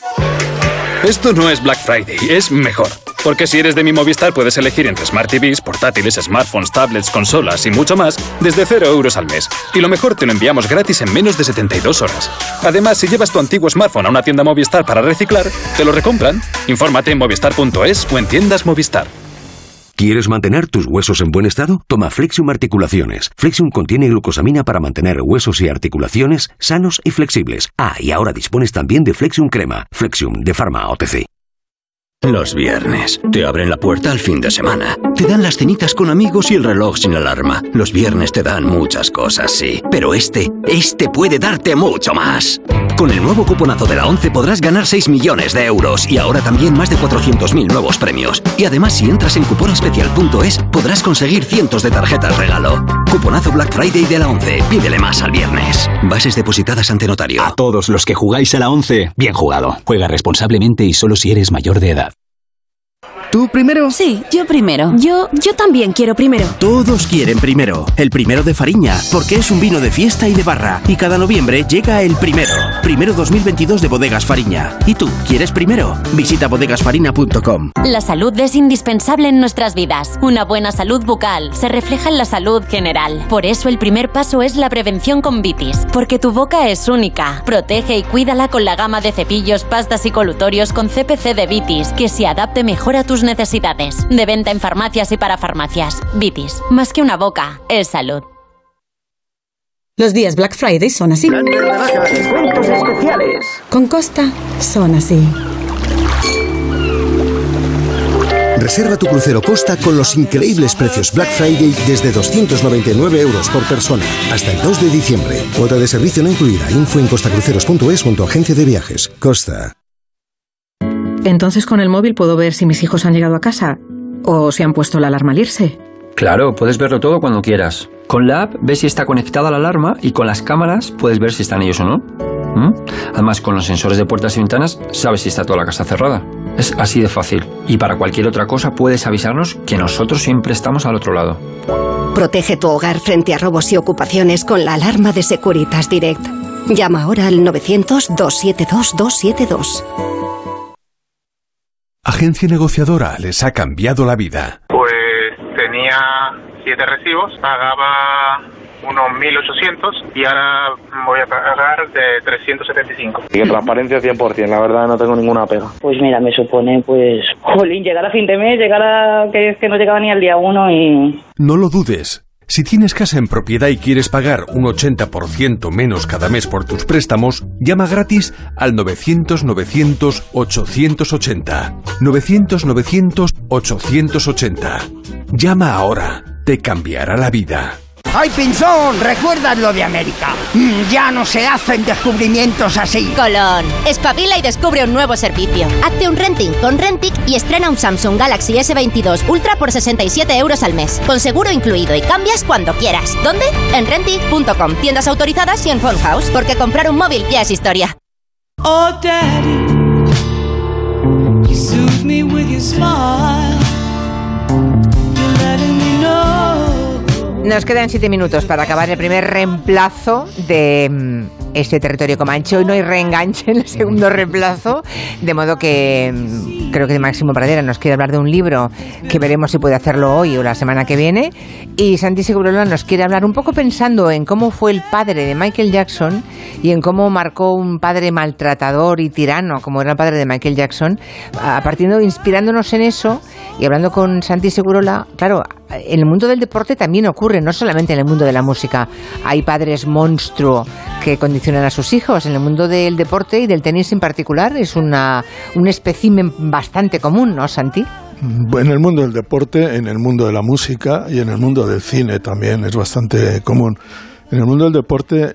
Esto no es Black Friday, es mejor. Porque si eres de Mi Movistar puedes elegir entre Smart TVs, portátiles, smartphones, tablets, consolas y mucho más desde 0 euros al mes. Y lo mejor, te lo enviamos gratis en menos de 72 horas. Además, si llevas tu antiguo smartphone a una tienda Movistar para reciclar, te lo recompran. Infórmate en movistar.es o en tiendas Movistar. ¿Quieres mantener tus huesos en buen estado? Toma Flexium Articulaciones. Flexium contiene glucosamina para mantener huesos y articulaciones sanos y flexibles. Ah, y ahora dispones también de Flexium Crema. Flexium de Pharma OTC. Los viernes. Te abren la puerta al fin de semana. Te dan las cenitas con amigos y el reloj sin alarma. Los viernes te dan muchas cosas, sí. Pero este puede darte mucho más. Con el nuevo cuponazo de la 11 podrás ganar 6 millones de euros y ahora también más de 400.000 nuevos premios. Y además, si entras en cuponespecial.es, podrás conseguir cientos de tarjetas regalo. Cuponazo Black Friday de la 11. Pídele más al viernes. Bases depositadas ante notario. A todos los que jugáis a la 11, bien jugado. Juega responsablemente y solo si eres mayor de edad. ¿Tú primero? Sí, yo primero. Yo también quiero primero. Todos quieren primero. El primero de Fariña, porque es un vino de fiesta y de barra. Y cada noviembre llega el primero. Primero 2022 de Bodegas Fariña. ¿Y tú quieres primero? Visita bodegasfarina.com. La salud es indispensable en nuestras vidas. Una buena salud bucal se refleja en la salud general. Por eso el primer paso es la prevención con Vitis. Porque tu boca es única. Protege y cuídala con la gama de cepillos, pastas y colutorios con CPC de Vitis, que se adapte mejor a tus necesidades. De venta en farmacias y para farmacias. Vitis, más que una boca, es salud. Los días Black Friday son así. Grandes rebajas, descuentos especiales. Con Costa son así. Reserva tu crucero Costa con los increíbles precios Black Friday desde 299 € por persona. Hasta el 2 de diciembre. Cuota de servicio no incluida. Info en costacruceros.es o en tu agencia de viajes. Costa. Entonces con el móvil puedo ver si mis hijos han llegado a casa o si han puesto la alarma al irse. Claro, puedes verlo todo cuando quieras. Con la app ves si está conectada la alarma y con las cámaras puedes ver si están ellos o no. Además, con los sensores de puertas y ventanas sabes si está toda la casa cerrada. Es así de fácil. Y para cualquier otra cosa puedes avisarnos que nosotros siempre estamos al otro lado. Protege tu hogar frente a robos y ocupaciones con la alarma de Securitas Direct. Llama ahora al 900-272-272. Agencia negociadora les ha cambiado la vida. Pues tenía 7 recibos, pagaba unos 1.800 y ahora voy a pagar de 375. Y en transparencia 100%, la verdad no tengo ninguna pega. Pues mira, me supone, jolín, llegar a fin de mes, que no llegaba ni al día 1 y... No lo dudes. Si tienes casa en propiedad y quieres pagar un 80% menos cada mes por tus préstamos, llama gratis al 900-900-880. 900-900-880. Llama ahora. Te cambiará la vida. ¡Ay, Pinzón! ¿Recuerdas lo de América? Ya no se hacen descubrimientos así. Colón, espabila y descubre un nuevo servicio. Hazte un renting con Rentic y estrena un Samsung Galaxy S22 Ultra por 67 € al mes. Con seguro incluido y cambias cuando quieras. ¿Dónde? En Rentic.com. Tiendas autorizadas y en Phone House. Porque comprar un móvil ya es historia. Oh, Daddy, you soothe me with your smile. You're letting me know. Nos quedan 7 minutos para acabar el primer reemplazo de este territorio comanche. Hoy no hay reenganche en el segundo reemplazo, de modo que creo que Máximo Pradera nos quiere hablar de un libro que veremos si puede hacerlo hoy o la semana que viene, y Santi Segurola nos quiere hablar un poco pensando en cómo fue el padre de Michael Jackson y en cómo marcó un padre maltratador y tirano como era el padre de Michael Jackson, inspirándonos en eso. Y hablando con Santi Segurola, claro, en el mundo del deporte también ocurre, no solamente en el mundo de la música. Hay padres monstruo que condicionan a sus hijos. En el mundo del deporte y del tenis en particular es un espécimen bastante común, ¿no, Santi? En el mundo del deporte, en el mundo de la música y en el mundo del cine también es bastante común. En el mundo del deporte,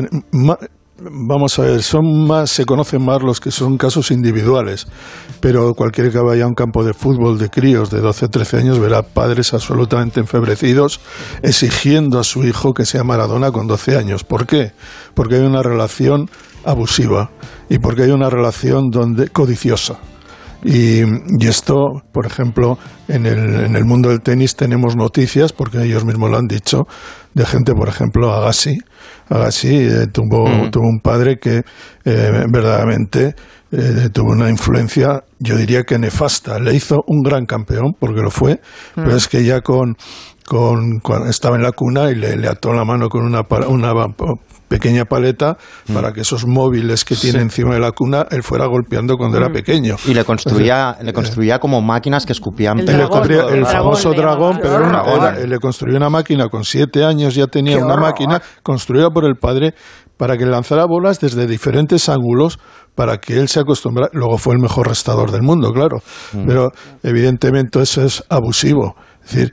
vamos a ver, se conocen más los que son casos individuales, pero cualquiera que vaya a un campo de fútbol de críos de 12 o 13 años verá padres absolutamente enfebrecidos exigiendo a su hijo que sea Maradona con 12 años. ¿Por qué? Porque hay una relación abusiva y porque hay una relación codiciosa. Y esto, por ejemplo, en el mundo del tenis tenemos noticias, porque ellos mismos lo han dicho, de gente, por ejemplo, Agassi tuvo un padre que verdaderamente tuvo una influencia, yo diría que nefasta. Le hizo un gran campeón, porque lo fue, pero es que ya cuando estaba en la cuna y le ató la mano con una pequeña paleta para que esos móviles que tiene encima de la cuna él fuera golpeando cuando era pequeño. Y le construía como máquinas que escupían el famoso dragón, pero le construyó una máquina con 7 años, ya tenía una máquina construida por el padre para que lanzara bolas desde diferentes ángulos para que él se acostumbrara. Luego fue el mejor restador del mundo, claro, pero evidentemente eso es abusivo. Es decir,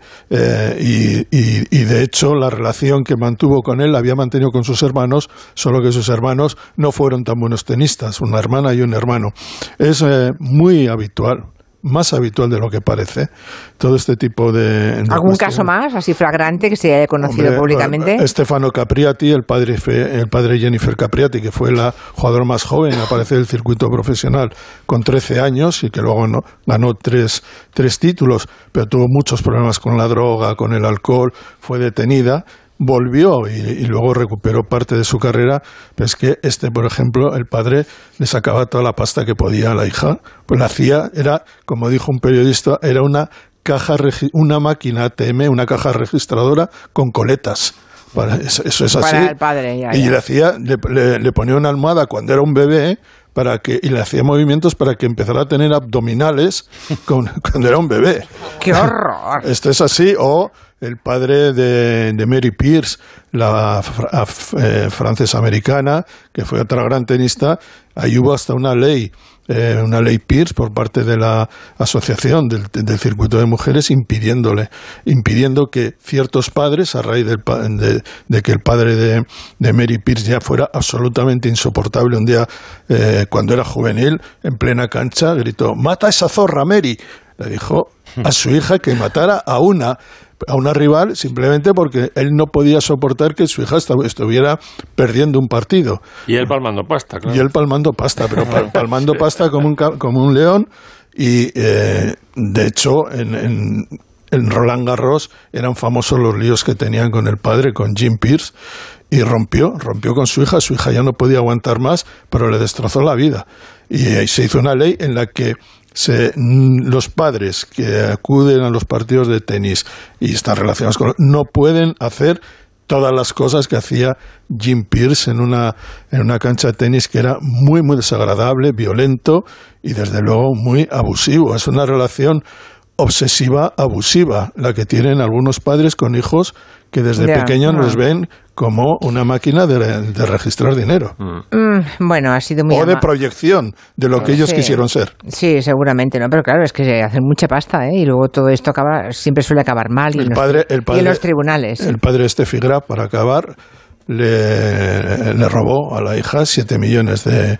y de hecho la relación que mantuvo con él la había mantenido con sus hermanos, solo que sus hermanos no fueron tan buenos tenistas, una hermana y un hermano. Es muy habitual más habitual de lo que parece. Todo este tipo de ¿Algún caso más, así flagrante, que se haya conocido públicamente? Stefano Capriati, el padre de Jennifer Capriati, que fue la jugadora más joven en aparecer del circuito profesional con 13 años y que luego ganó tres títulos, pero tuvo muchos problemas con la droga, con el alcohol, fue detenida. Volvió y luego recuperó parte de su carrera, pero es que por ejemplo, el padre le sacaba toda la pasta que podía a la hija, pues la hacía, era, como dijo un periodista, era una máquina ATM, una caja registradora con coletas. Eso es así. Para el padre, ya. Y le ponía una almohada cuando era un bebé, y le hacía movimientos para que empezara a tener abdominales cuando era un bebé. ¡Qué horror! Esto es así. O el padre de Mary Pierce, la francesa-americana, que fue otra gran tenista. Ahí hubo hasta una ley Pierce por parte de la asociación del circuito de mujeres impidiendo que ciertos padres, a raíz de que el padre de Mary Pierce ya fuera absolutamente insoportable, un día cuando era juvenil, en plena cancha, gritó: «¡Mata a esa zorra, Mary!». Le dijo a su hija que matara a una rival simplemente porque él no podía soportar que su hija estuviera perdiendo un partido. Y él palmando pasta, claro. Y él palmando pasta, pero palmando pasta como un león. Y de hecho, en Roland Garros eran famosos los líos que tenían con el padre, con Jim Pierce, y rompió con su hija ya no podía aguantar más, pero le destrozó la vida. Y se hizo una ley en la que los padres que acuden a los partidos de tenis y están relacionados con no pueden hacer todas las cosas que hacía Jim Pierce en una cancha de tenis, que era muy, muy desagradable, violento y desde luego muy abusivo. Es una relación obsesiva, abusiva, la que tienen algunos padres con hijos que desde pequeños los ven como una máquina de registrar dinero. Bueno, ha sido muy... O de proyección de lo que ellos quisieron ser. Sí, seguramente, ¿no? Pero claro, es que hacen mucha pasta, ¿eh? Y luego todo esto siempre suele acabar mal. Y en los tribunales. El padre de Steffi Graf, para acabar, le robó a la hija 7,5 millones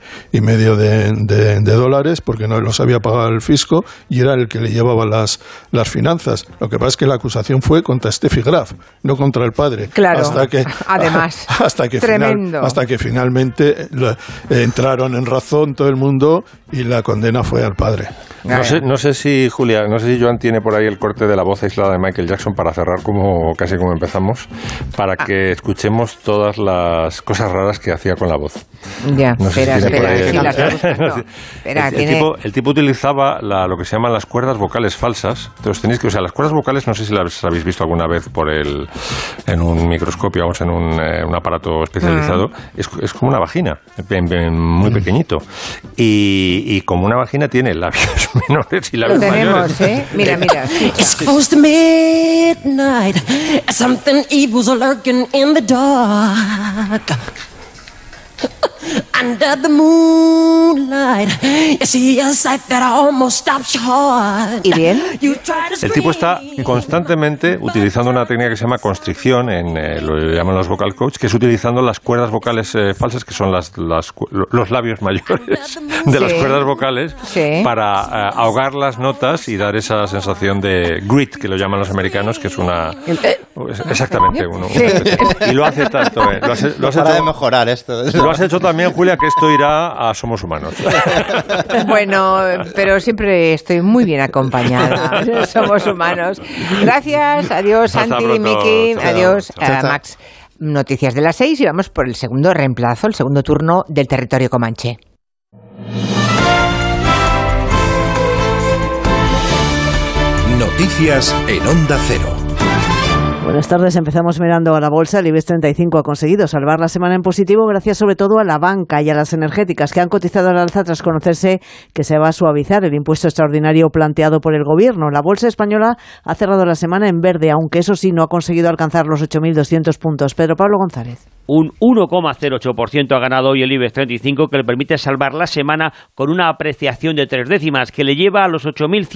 de dólares porque no los había pagado el fisco y era el que le llevaba las finanzas. Lo que pasa es que la acusación fue contra Steffi Graf, no contra el padre. Claro, además, hasta que finalmente entraron en razón todo el mundo y la condena fue al padre. No sé si Joan tiene por ahí el corte de la voz aislada de Michael Jackson para cerrar casi como empezamos, para que escuchemos todas las cosas raras que hacía con la voz. Ya, espera. El tipo utilizaba lo que se llaman las cuerdas vocales falsas. Entonces las cuerdas vocales, no sé si las habéis visto alguna vez en un microscopio, vamos, en un aparato especializado. Es como una vagina, muy pequeñito. Y como una vagina tiene labios menores y labios mayores. Mira. It's close to midnight. Something evil's lurking in the dark. Under the moonlight, you see a sight that almost stops your heart. ¿Y bien? El tipo está constantemente utilizando una técnica que se llama constricción, lo llaman los vocal coach, que es utilizando las cuerdas vocales falsas, que son los labios mayores de las cuerdas vocales, para ahogar las notas y dar esa sensación de grit, que lo llaman los americanos, que es una... Exactamente. Y lo hace tanto. Lo has para hecho, de mejorar esto. Lo has hecho también, Julia, que esto irá a Somos Humanos. Bueno, pero siempre estoy muy bien acompañada. Somos Humanos. Gracias, adiós Santi y Miki, adiós Max. Noticias de las 6 y vamos por el segundo reemplazo, el segundo turno del territorio comanche. Noticias en Onda Cero. Buenas tardes, empezamos mirando a la bolsa. El IBEX 35 ha conseguido salvar la semana en positivo gracias sobre todo a la banca y a las energéticas, que han cotizado al alza tras conocerse que se va a suavizar el impuesto extraordinario planteado por el Gobierno. La bolsa española ha cerrado la semana en verde, aunque eso sí no ha conseguido alcanzar los 8.200 puntos. Pedro Pablo González. Un 1,08% ha ganado hoy el IBEX 35, que le permite salvar la semana con una apreciación de 3 décimas, que le lleva a los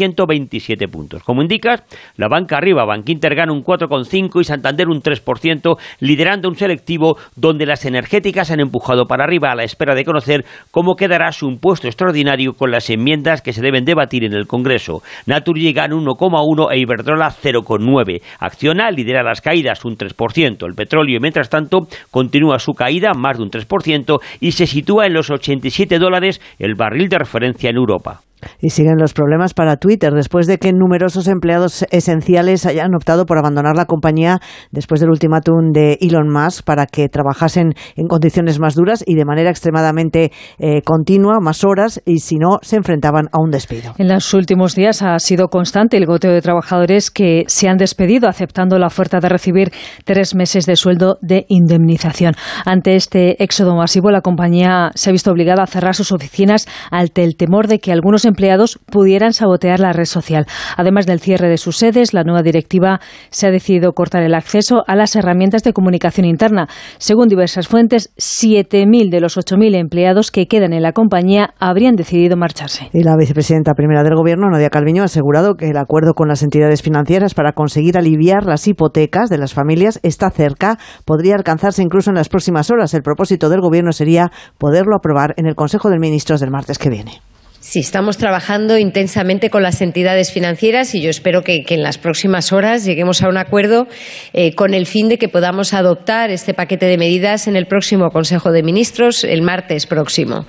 8.127 puntos. Como indicas, la banca arriba, Bankinter gana un 4,5% y Santander un 3%, liderando un selectivo donde las energéticas han empujado para arriba a la espera de conocer cómo quedará su impuesto extraordinario con las enmiendas que se deben debatir en el Congreso. Naturgy gana un 1,1% e Iberdrola 0,9%. Acciona lidera las caídas un 3%. El petróleo, mientras tanto, continúa su caída, más de un 3%, y se sitúa en los $87 el barril de referencia en Europa. Y siguen los problemas para Twitter después de que numerosos empleados esenciales hayan optado por abandonar la compañía después del ultimátum de Elon Musk para que trabajasen en condiciones más duras y de manera extremadamente continua, más horas, y si no, se enfrentaban a un despido. En los últimos días ha sido constante el goteo de trabajadores que se han despedido aceptando la oferta de recibir 3 meses de sueldo de indemnización. Ante este éxodo masivo, la compañía se ha visto obligada a cerrar sus oficinas ante el temor de que algunos empleados pudieran sabotear la red social. Además del cierre de sus sedes, la nueva directiva se ha decidido cortar el acceso a las herramientas de comunicación interna. Según diversas fuentes, 7.000 de los 8.000 empleados que quedan en la compañía habrían decidido marcharse. Y la vicepresidenta primera del Gobierno, Nadia Calviño, ha asegurado que el acuerdo con las entidades financieras para conseguir aliviar las hipotecas de las familias está cerca. Podría alcanzarse incluso en las próximas horas. El propósito del Gobierno sería poderlo aprobar en el Consejo de Ministros del martes que viene. Sí, estamos trabajando intensamente con las entidades financieras y yo espero que en las próximas horas lleguemos a un acuerdo con el fin de que podamos adoptar este paquete de medidas en el próximo Consejo de Ministros el martes próximo.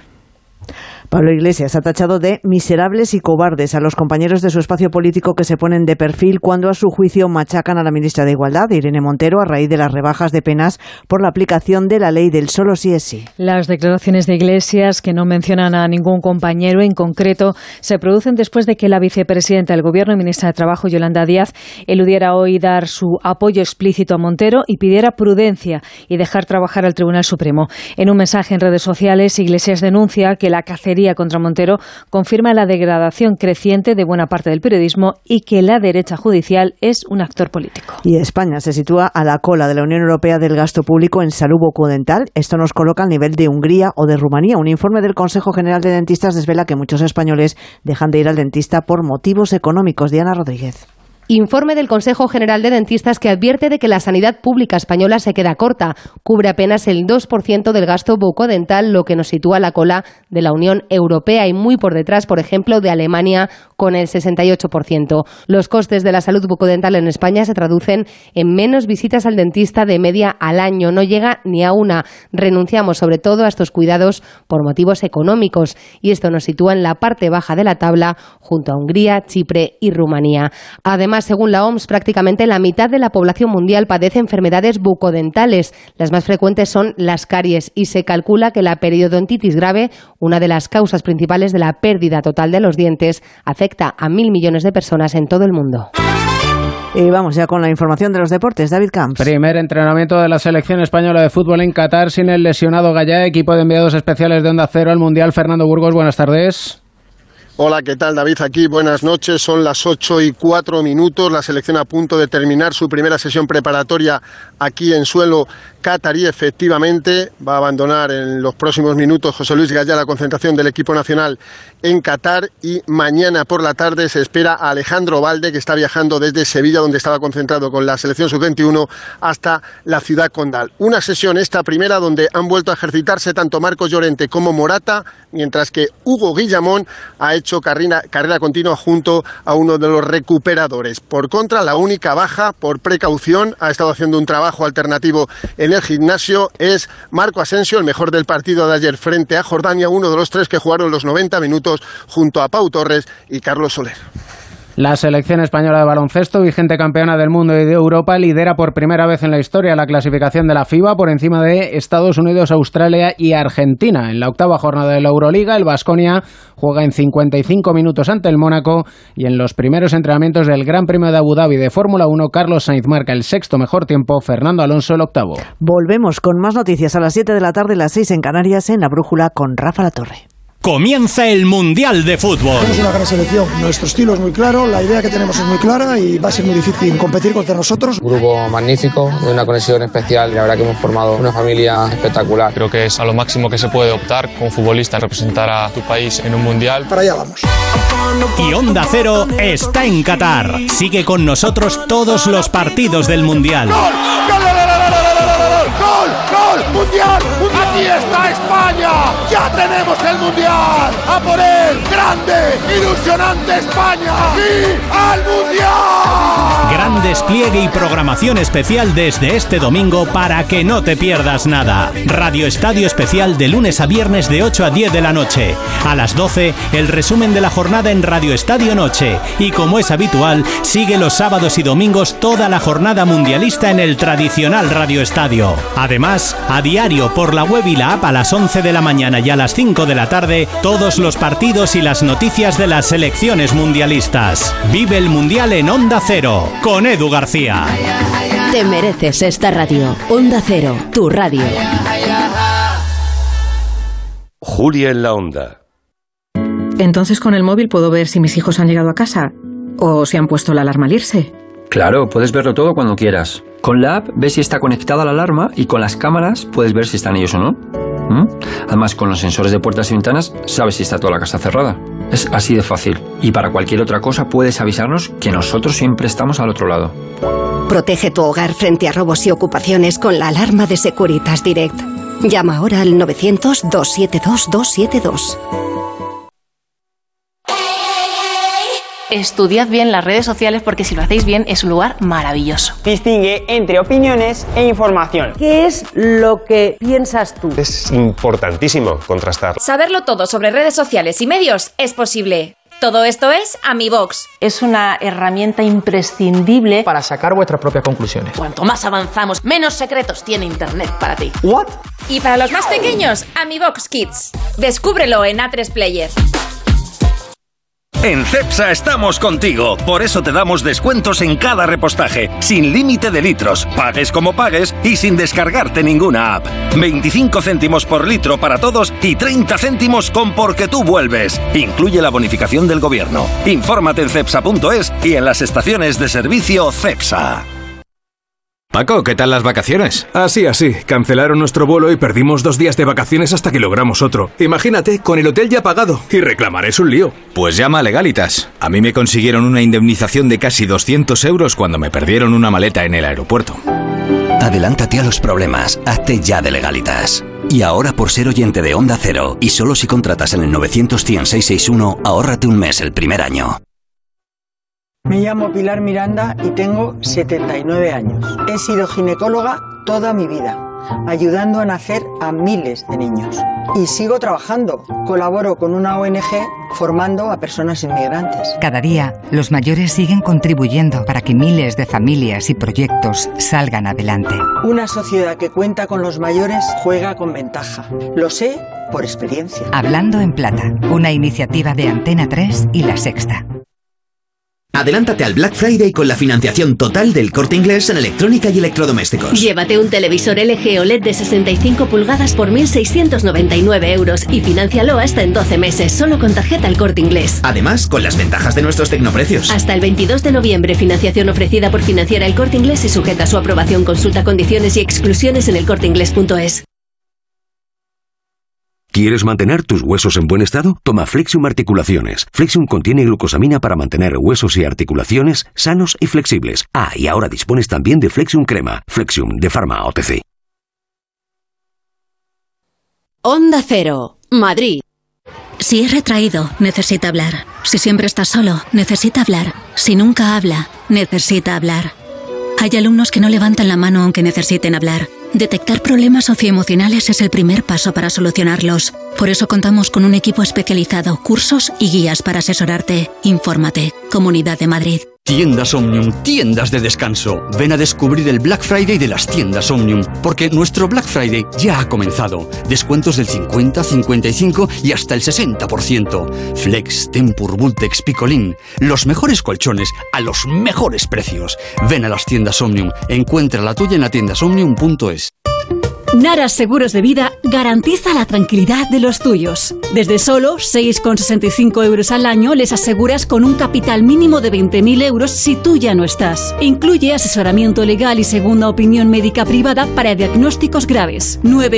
Pablo Iglesias ha tachado de miserables y cobardes a los compañeros de su espacio político que se ponen de perfil cuando a su juicio machacan a la ministra de Igualdad, Irene Montero, a raíz de las rebajas de penas por la aplicación de la ley del solo sí es sí. Las declaraciones de Iglesias, que no mencionan a ningún compañero en concreto, se producen después de que la vicepresidenta del Gobierno y ministra de Trabajo, Yolanda Díaz, eludiera hoy dar su apoyo explícito a Montero y pidiera prudencia y dejar trabajar al Tribunal Supremo. En un mensaje en redes sociales, Iglesias denuncia que la cacería contra Montero confirma la degradación creciente de buena parte del periodismo y que la derecha judicial es un actor político. Y España se sitúa a la cola de la Unión Europea del gasto público en salud bucodental. Esto nos coloca al nivel de Hungría o de Rumanía. Un informe del Consejo General de Dentistas desvela que muchos españoles dejan de ir al dentista por motivos económicos. Diana Rodríguez. Informe del Consejo General de Dentistas que advierte de que la sanidad pública española se queda corta. Cubre apenas el 2% del gasto bucodental, lo que nos sitúa a la cola de la Unión Europea y muy por detrás, por ejemplo, de Alemania con el 68%. Los costes de la salud bucodental en España se traducen en menos visitas al dentista de media al año. No llega ni a una. Renunciamos sobre todo a estos cuidados por motivos económicos y esto nos sitúa en la parte baja de la tabla junto a Hungría, Chipre y Rumanía. Además, según la OMS, prácticamente la mitad de la población mundial padece enfermedades bucodentales. Las más frecuentes son las caries y se calcula que la periodontitis grave, una de las causas principales de la pérdida total de los dientes, afecta a 1.000 millones de personas en todo el mundo. Y vamos ya con la información de los deportes. David Camps. Primer entrenamiento de la selección española de fútbol en Qatar sin el lesionado Gallá, equipo de enviados especiales de Onda Cero al Mundial. Fernando Burgos, buenas tardes. Hola, ¿qué tal, David? Aquí, buenas noches. Son las 8:04. La selección a punto de terminar su primera sesión preparatoria aquí en suelo catarí. Efectivamente, va a abandonar en los próximos minutos José Luis Gallá la concentración del equipo nacional en Qatar y mañana por la tarde se espera a Alejandro Valde, que está viajando desde Sevilla, donde estaba concentrado con la selección sub-21, hasta la ciudad condal. Una sesión, esta primera, donde han vuelto a ejercitarse tanto Marcos Llorente como Morata, mientras que Hugo Guillamón ha hecho carrera continua junto a uno de los recuperadores. Por contra, la única baja, por precaución, ha estado haciendo un trabajo alternativo en el gimnasio, es Marco Asensio, el mejor del partido de ayer frente a Jordania, uno de los 3 que jugaron los 90 minutos junto a Pau Torres y Carlos Soler. La selección española de baloncesto, vigente campeona del mundo y de Europa, lidera por primera vez en la historia la clasificación de la FIBA por encima de Estados Unidos, Australia y Argentina. En la octava jornada de la Euroliga, el Baskonia juega en 55 minutos ante el Mónaco y en los primeros entrenamientos del Gran Premio de Abu Dhabi de Fórmula 1, Carlos Sainz marca el sexto mejor tiempo, Fernando Alonso el octavo. Volvemos con más noticias a las 7 de la tarde, las 6 en Canarias, en La Brújula con Rafa Latorre. Comienza el Mundial de Fútbol. Tenemos una gran selección, nuestro estilo es muy claro, la idea que tenemos es muy clara y va a ser muy difícil competir contra nosotros. Un grupo magnífico, de una conexión especial, la verdad que hemos formado una familia espectacular. Creo que es a lo máximo que se puede optar como futbolista, representar a tu país en un Mundial. Para allá vamos. Y Onda Cero está en Qatar. Sigue con nosotros todos los partidos del Mundial. ¡Gol! ¡Gol! ¡Gol! ¡Gol! ¡Mundial! ¡Aquí está España! ¡Ya tenemos el Mundial! ¡A por él! ¡Grande! ¡Ilusionante España! ¡Sí al Mundial! Gran despliegue y programación especial desde este domingo para que no te pierdas nada. Radio Estadio Especial de lunes a viernes de 8 a 10 de la noche. A las 12, el resumen de la jornada en Radio Estadio Noche. Y como es habitual, sigue los sábados y domingos toda la jornada mundialista en el tradicional Radio Estadio. Además, a diario por la web y la app a las 11 de la mañana y a las 5 de la tarde, todos los partidos y las noticias de las selecciones mundialistas. Vive el Mundial en Onda Cero, con Edu García. Te mereces esta radio. Onda Cero, tu radio. Julia en la Onda. Entonces con el móvil puedo ver si mis hijos han llegado a casa o si han puesto la alarma al irse. Claro, puedes verlo todo cuando quieras. Con la app ves si está conectada la alarma y con las cámaras puedes ver si están ellos o no. Además, con los sensores de puertas y ventanas sabes si está toda la casa cerrada. Es así de fácil. Y para cualquier otra cosa puedes avisarnos que nosotros siempre estamos al otro lado. Protege tu hogar frente a robos y ocupaciones con la alarma de Securitas Direct. Llama ahora al 900-272-272. Estudiad bien las redes sociales porque si lo hacéis bien es un lugar maravilloso. Distingue entre opiniones e información. ¿Qué es lo que piensas tú? Es importantísimo contrastar. Saberlo todo sobre redes sociales y medios es posible. Todo esto es AmiBox. Es una herramienta imprescindible para sacar vuestras propias conclusiones. Cuanto más avanzamos, menos secretos tiene Internet para ti. ¿What? Y para los más pequeños, AmiBox Kids. Descúbrelo en A3 Player. En Cepsa estamos contigo, por eso te damos descuentos en cada repostaje, sin límite de litros, pagues como pagues y sin descargarte ninguna app. 25 céntimos por litro para todos y 30 céntimos con Porque tú vuelves. Incluye la bonificación del gobierno. Infórmate en cepsa.es y en las estaciones de servicio Cepsa. Paco, ¿qué tal las vacaciones? Así, cancelaron nuestro vuelo y perdimos 2 días de vacaciones hasta que logramos otro. Imagínate, con el hotel ya pagado. Y reclamar es un lío. Pues llama a Legalitas. A mí me consiguieron una indemnización de casi 200 euros cuando me perdieron una maleta en el aeropuerto. Adelántate a los problemas, hazte ya de Legalitas. Y ahora, por ser oyente de Onda Cero, y solo si contratas en el 900-100-661, ahórrate un mes el primer año. Me llamo Pilar Miranda y tengo 79 años. He sido ginecóloga toda mi vida, ayudando a nacer a miles de niños. Y sigo trabajando. Colaboro con una ONG formando a personas inmigrantes. Cada día, los mayores siguen contribuyendo para que miles de familias y proyectos salgan adelante. Una sociedad que cuenta con los mayores juega con ventaja. Lo sé por experiencia. Hablando en Plata, una iniciativa de Antena 3 y La Sexta. Adelántate al Black Friday con la financiación total del Corte Inglés en electrónica y electrodomésticos. Llévate un televisor LG OLED de 65 pulgadas por 1.699 euros y financialo hasta en 12 meses, solo con tarjeta El Corte Inglés. Además, con las ventajas de nuestros tecnoprecios. Hasta el 22 de noviembre, financiación ofrecida por Financiera El Corte Inglés y sujeta a su aprobación. Consulta condiciones y exclusiones en elcorteinglés.es. ¿Quieres mantener tus huesos en buen estado? Toma Flexium Articulaciones. Flexium contiene glucosamina para mantener huesos y articulaciones sanos y flexibles. Ah, y ahora dispones también de Flexium Crema. Flexium de Pharma OTC. Onda Cero, Madrid. Si es retraído, necesita hablar. Si siempre está solo, necesita hablar. Si nunca habla, necesita hablar. Hay alumnos que no levantan la mano aunque necesiten hablar. Detectar problemas socioemocionales es el primer paso para solucionarlos. Por eso contamos con un equipo especializado, cursos y guías para asesorarte. Infórmate. Comunidad de Madrid. Tiendas Omnium, tiendas de descanso. Ven a descubrir el Black Friday de las tiendas Omnium, porque nuestro Black Friday ya ha comenzado. Descuentos del 50, 55 y hasta el 60%. Flex, Tempur, Vultex, Picolín. Los mejores colchones a los mejores precios. Ven a las tiendas Omnium. Encuentra la tuya en la tiendasomnium.es. Nara Seguros de Vida garantiza la tranquilidad de los tuyos. Desde solo 6,65 euros al año les aseguras con un capital mínimo de 20.000 euros si tú ya no estás. Incluye asesoramiento legal y segunda opinión médica privada para diagnósticos graves.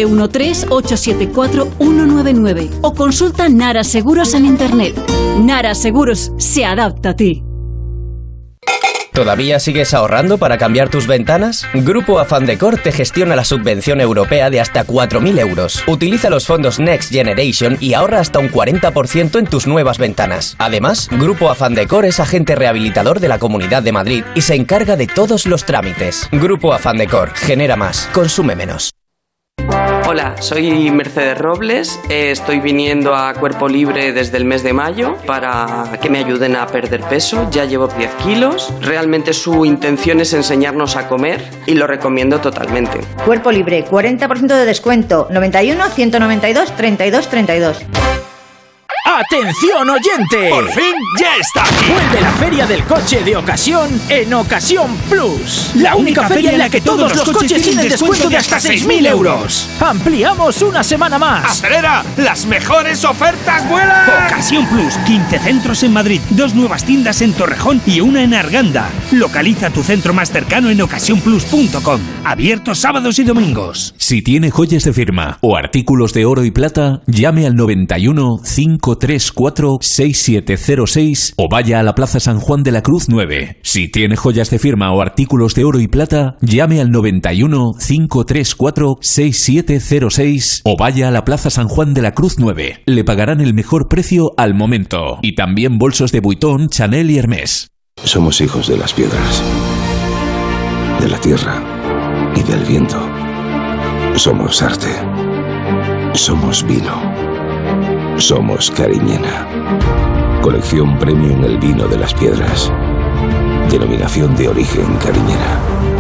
913-874-199 o consulta Nara Seguros en Internet. Nara Seguros se adapta a ti. ¿Todavía sigues ahorrando para cambiar tus ventanas? Grupo Afan Decor te gestiona la subvención europea de hasta 4.000 euros. Utiliza los fondos Next Generation y ahorra hasta un 40% en tus nuevas ventanas. Además, Grupo Afan Decor es agente rehabilitador de la Comunidad de Madrid y se encarga de todos los trámites. Grupo Afan Decor. Genera más. Consume menos. Hola, soy Mercedes Robles, estoy viniendo a Cuerpo Libre desde el mes de mayo para que me ayuden a perder peso, ya llevo 10 kilos, realmente su intención es enseñarnos a comer y lo recomiendo totalmente. Cuerpo Libre, 40% de descuento, 91 192 32 32. ¡Atención, oyente! ¡Por fin ya está aquí! Vuelve la Feria del Coche de Ocasión en Ocasión Plus. La única feria en la que todos los coches tienen descuento de hasta 6.000 euros. Ampliamos una semana más. ¡Acelera! ¡Las mejores ofertas vuelan! Ocasión Plus, 15 centros en Madrid, 2 nuevas tiendas en Torrejón y una en Arganda. Localiza tu centro más cercano en ocasiónplus.com. Abiertos sábados y domingos. Si tiene joyas de firma o artículos de oro y plata, llame al 91 534 6706 o vaya a la Plaza San Juan de la Cruz 9. Si tiene joyas de firma o artículos de oro y plata, llame al 91 534 6706 o vaya a la Plaza San Juan de la Cruz 9. Le pagarán el mejor precio al momento. Y también bolsos de Vuitton, Chanel y Hermès. Somos hijos de las piedras, de la tierra y del viento. Somos arte. Somos vino. Somos Cariñena. Colección Premium El Vino de las Piedras. Denominación de origen Cariñena.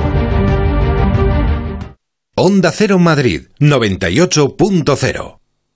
Onda Cero Madrid, 98.0.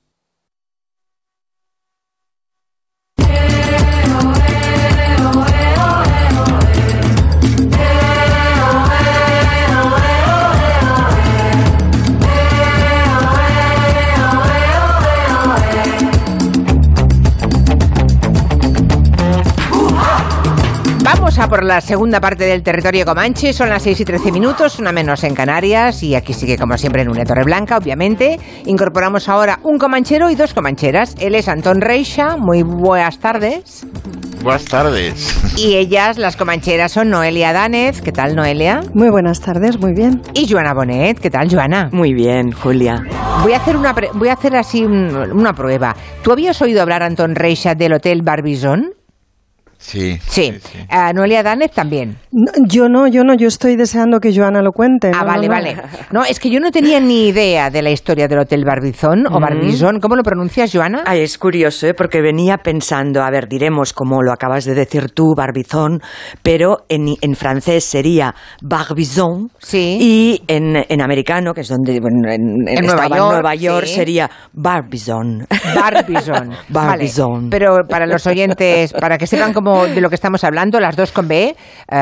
Vamos a por la segunda parte del territorio comanche. Son las 6:13, una menos en Canarias. Y aquí sigue, como siempre, Nuria Torreblanca, obviamente. Incorporamos ahora un comanchero y dos comancheras. Él es Antón Reixa. Muy buenas tardes. Buenas tardes. Y ellas, las comancheras, son Noelia Danez. ¿Qué tal, Noelia? Muy buenas tardes, muy bien. Y Joana Bonet. ¿Qué tal, Joana? Muy bien, Julia. Voy a hacer así una prueba. ¿Tú habías oído hablar, Antón Reixa, del Hotel Barbizon? Sí. Noelia Danez también. No, yo estoy deseando que Joana lo cuente. Vale. No, es que yo no tenía ni idea de la historia del Hotel Barbizon o Barbizon. ¿Cómo lo pronuncias, Joana? Ay, es curioso, porque venía pensando, a ver, diremos como lo acabas de decir tú, Barbizon, pero en francés sería Barbizon. Sí. Y en americano, que es donde en Nueva York, sí, sería Barbizon. Barbizon. Barbizon. Vale. Pero para los oyentes, para que sepan cómo de lo que estamos hablando, las dos con B,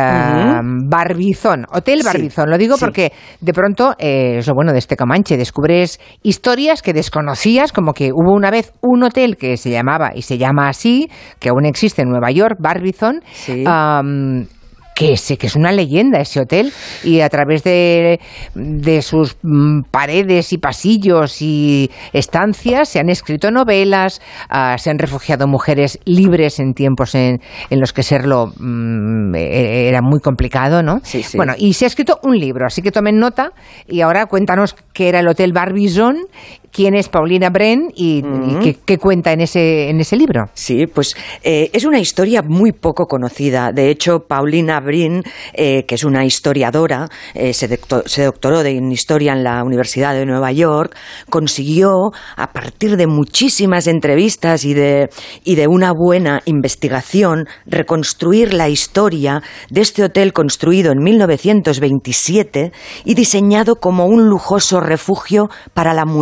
Barbizon, Hotel Barbizon. Lo digo porque de pronto es lo bueno de este Comanche, descubres historias que desconocías, como que hubo una vez un hotel que se llamaba y se llama así, que aún existe en Nueva York, Barbizon. Sí. Que es una leyenda ese hotel, y a través de sus paredes y pasillos y estancias se han escrito novelas, se han refugiado mujeres libres en tiempos en los que serlo era muy complicado, ¿no? Sí. Bueno, y se ha escrito un libro, así que tomen nota, y ahora cuéntanos qué era el Hotel Barbizon, quién es Paulina Bren y qué cuenta en ese libro. Sí, pues es una historia muy poco conocida. De hecho, Paulina Brin, que es una historiadora, se doctoró en historia en la Universidad de Nueva York, consiguió, a partir de muchísimas entrevistas y de una buena investigación, reconstruir la historia de este hotel construido en 1927 y diseñado como un lujoso refugio para la mujer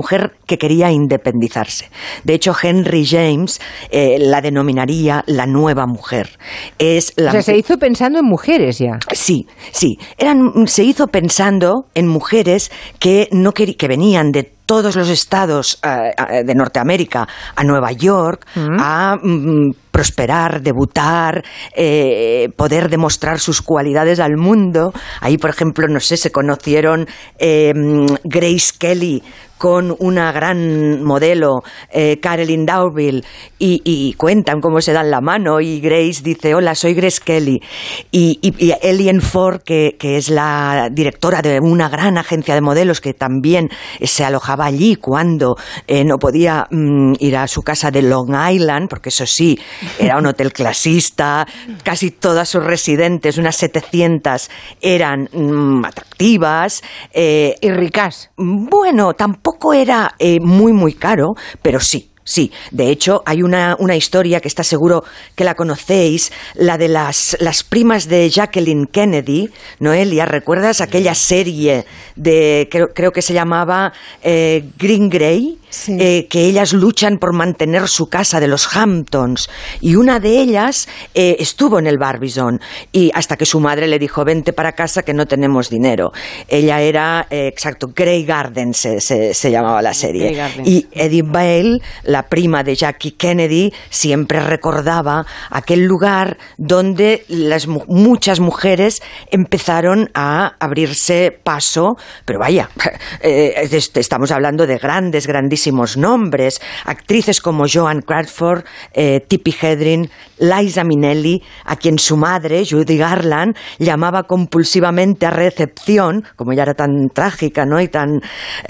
mujer que quería independizarse. De hecho, Henry James la denominaría la nueva mujer. Se hizo pensando en mujeres ya. Sí. Se hizo pensando en mujeres que venían de todos los estados de Norteamérica a Nueva York a prosperar, debutar, poder demostrar sus cualidades al mundo. Ahí, por ejemplo, se conocieron Grace Kelly con una gran modelo, Carolyn Dauville, y cuentan cómo se dan la mano, y Grace dice, hola, soy Grace Kelly, y Ellen Ford, que es la directora de una gran agencia de modelos, que también se alojaba allí cuando no podía ir a su casa de Long Island, porque eso sí, era un hotel clasista, casi todas sus residentes, unas 700, eran atractivas. ¿Y ricas? Bueno, tampoco era muy caro, pero sí. Sí, de hecho hay una historia que está seguro que la conocéis, la de las primas de Jacqueline Kennedy, Noelia, ¿recuerdas aquella serie de creo que se llamaba Green Grey? Sí. Que ellas luchan por mantener su casa de los Hamptons, y una de ellas estuvo en el Barbizon, y hasta que su madre le dijo, vente para casa que no tenemos dinero. Ella era, Grey Garden se llamaba la serie, y Eddie Bale, la prima de Jackie Kennedy, siempre recordaba aquel lugar donde muchas mujeres empezaron a abrirse paso, pero vaya, estamos hablando de grandísimos nombres, actrices como Joan Crawford, Tippi Hedren, Liza Minnelli, a quien su madre, Judy Garland, llamaba compulsivamente a recepción, como ella era tan trágica, ¿no? Y tan,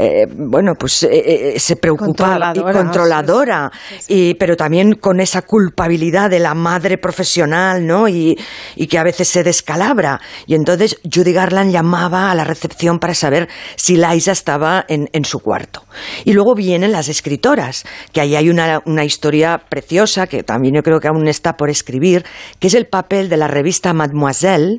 se preocupaba, controladora, pero también con esa culpabilidad de la madre profesional, ¿no? Y que a veces se descalabra. Y entonces Judy Garland llamaba a la recepción para saber si Liza estaba en su cuarto. Y luego vienen las escritoras, que ahí hay una historia preciosa, que también yo creo que aún está por escribir, que es el papel de la revista Mademoiselle,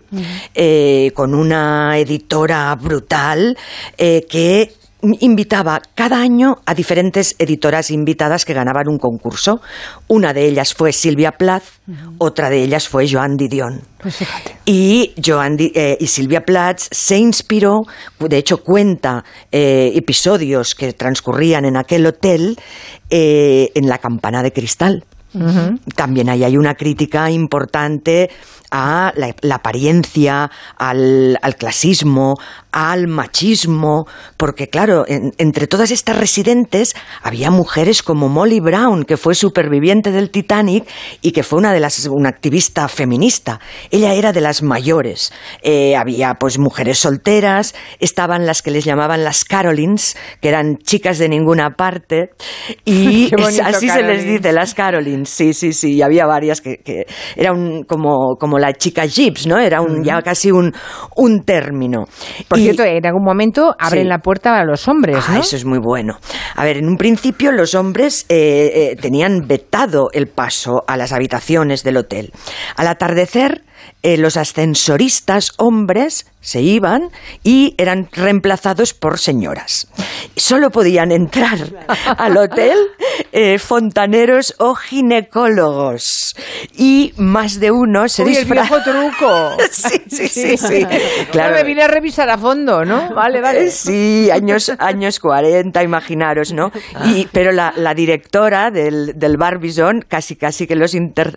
con una editora brutal, que invitaba cada año a diferentes editoras invitadas que ganaban un concurso. Una de ellas fue Sylvia Plath, otra de ellas fue Joan Didion. Pues fíjate. Y Sylvia Plath se inspiró, de hecho cuenta episodios que transcurrían en aquel hotel, en La campana de cristal. También ahí hay una crítica importante a la apariencia, al clasismo, al machismo, porque claro, entre todas estas residentes había mujeres como Molly Brown, que fue superviviente del Titanic y que fue una activista feminista. Ella era de las mayores. Había pues mujeres solteras, estaban las que les llamaban las Carolines, que eran chicas de ninguna parte, y así se les dice, las Carolines. Sí, y había varias que eran como la chica Gibbs, ¿no? Era ya casi un término. Por cierto, en algún momento abren la puerta a los hombres, ¿no? Eso es muy bueno. A ver, en un principio los hombres tenían vetado el paso a las habitaciones del hotel. Al atardecer, los ascensoristas hombres se iban y eran reemplazados por señoras. Solo podían entrar al hotel fontaneros o ginecólogos, y más de uno se disfrazaba. ¡El viejo truco! Sí. Claro. Me vine a revisar a fondo, ¿no? Vale. Sí, años 40, imaginaros, ¿no? Pero la directora del Barbizon casi que los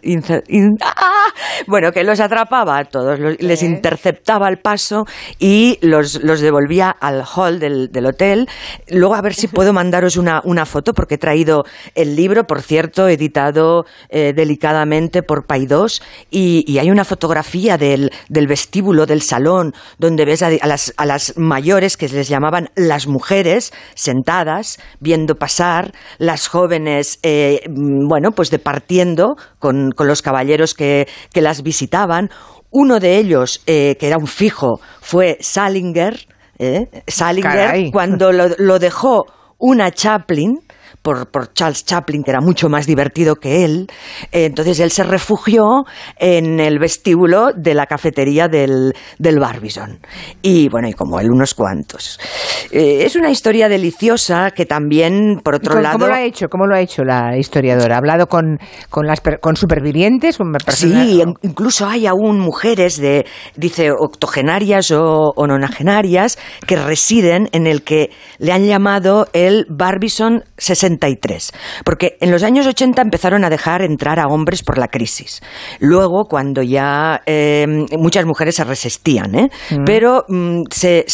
que los atrapaba a todos, les interceptaba el paso y los devolvía al hall del hotel. Luego a ver si puedo mandaros una foto, porque he traído el libro, por cierto, editado delicadamente por Paidós, y hay una fotografía del vestíbulo del salón, donde ves a las mayores, que les llamaban las mujeres, sentadas, viendo pasar, las jóvenes, pues departiendo con los caballeros que las visitaban. Uno de ellos, que era un fijo, fue Salinger. Salinger, cuando lo dejó una Chaplin, por Charles Chaplin, que era mucho más divertido que él. Entonces él se refugió en el vestíbulo de la cafetería del Barbizon. Y bueno, y como él, unos cuantos. Es una historia deliciosa que también, por otro lado... ¿Cómo lo ha hecho la historiadora? ¿Ha hablado con supervivientes? Con personas? Sí, incluso hay aún mujeres dice, octogenarias o nonagenarias que residen en el que le han llamado el Barbizon 63. Porque en los años 80 empezaron a dejar entrar a hombres por la crisis. Luego, cuando ya muchas mujeres se resistían, pero se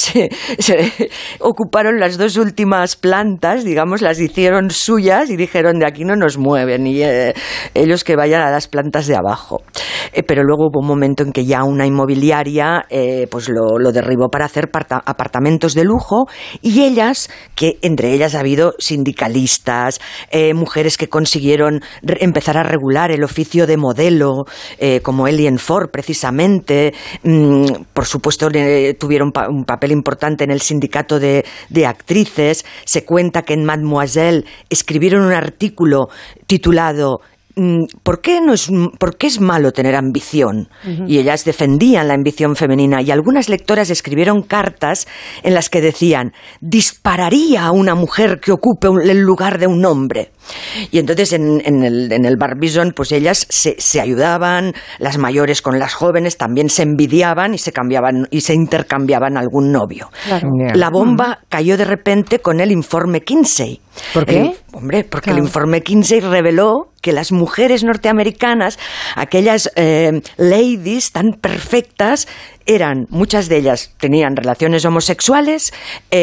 ocuparon las dos últimas plantas, digamos, las hicieron suyas y dijeron, de aquí no nos mueven, y ellos que vayan a las plantas de abajo. Pero luego hubo un momento en que ya una inmobiliaria pues lo derribó para hacer apartamentos de lujo, y ellas, que entre ellas ha habido sindicalistas, mujeres que consiguieron empezar a regular el oficio de modelo, como Eliane Ford precisamente, por supuesto tuvieron un papel importante en el sindicato de actrices. Se cuenta que en Mademoiselle escribieron un artículo titulado ¿Por qué es malo tener ambición? Uh-huh. Y ellas defendían la ambición femenina, y algunas lectoras escribieron cartas en las que decían: dispararía a una mujer que ocupe el lugar de un hombre. Y entonces en el Barbizon, pues ellas se ayudaban, las mayores con las jóvenes, también se envidiaban y se intercambiaban algún novio. Claro. La bomba cayó de repente con el informe Kinsey. ¿Por qué? Porque el informe Kinsey reveló que las mujeres norteamericanas, aquellas ladies tan perfectas, muchas de ellas tenían relaciones homosexuales,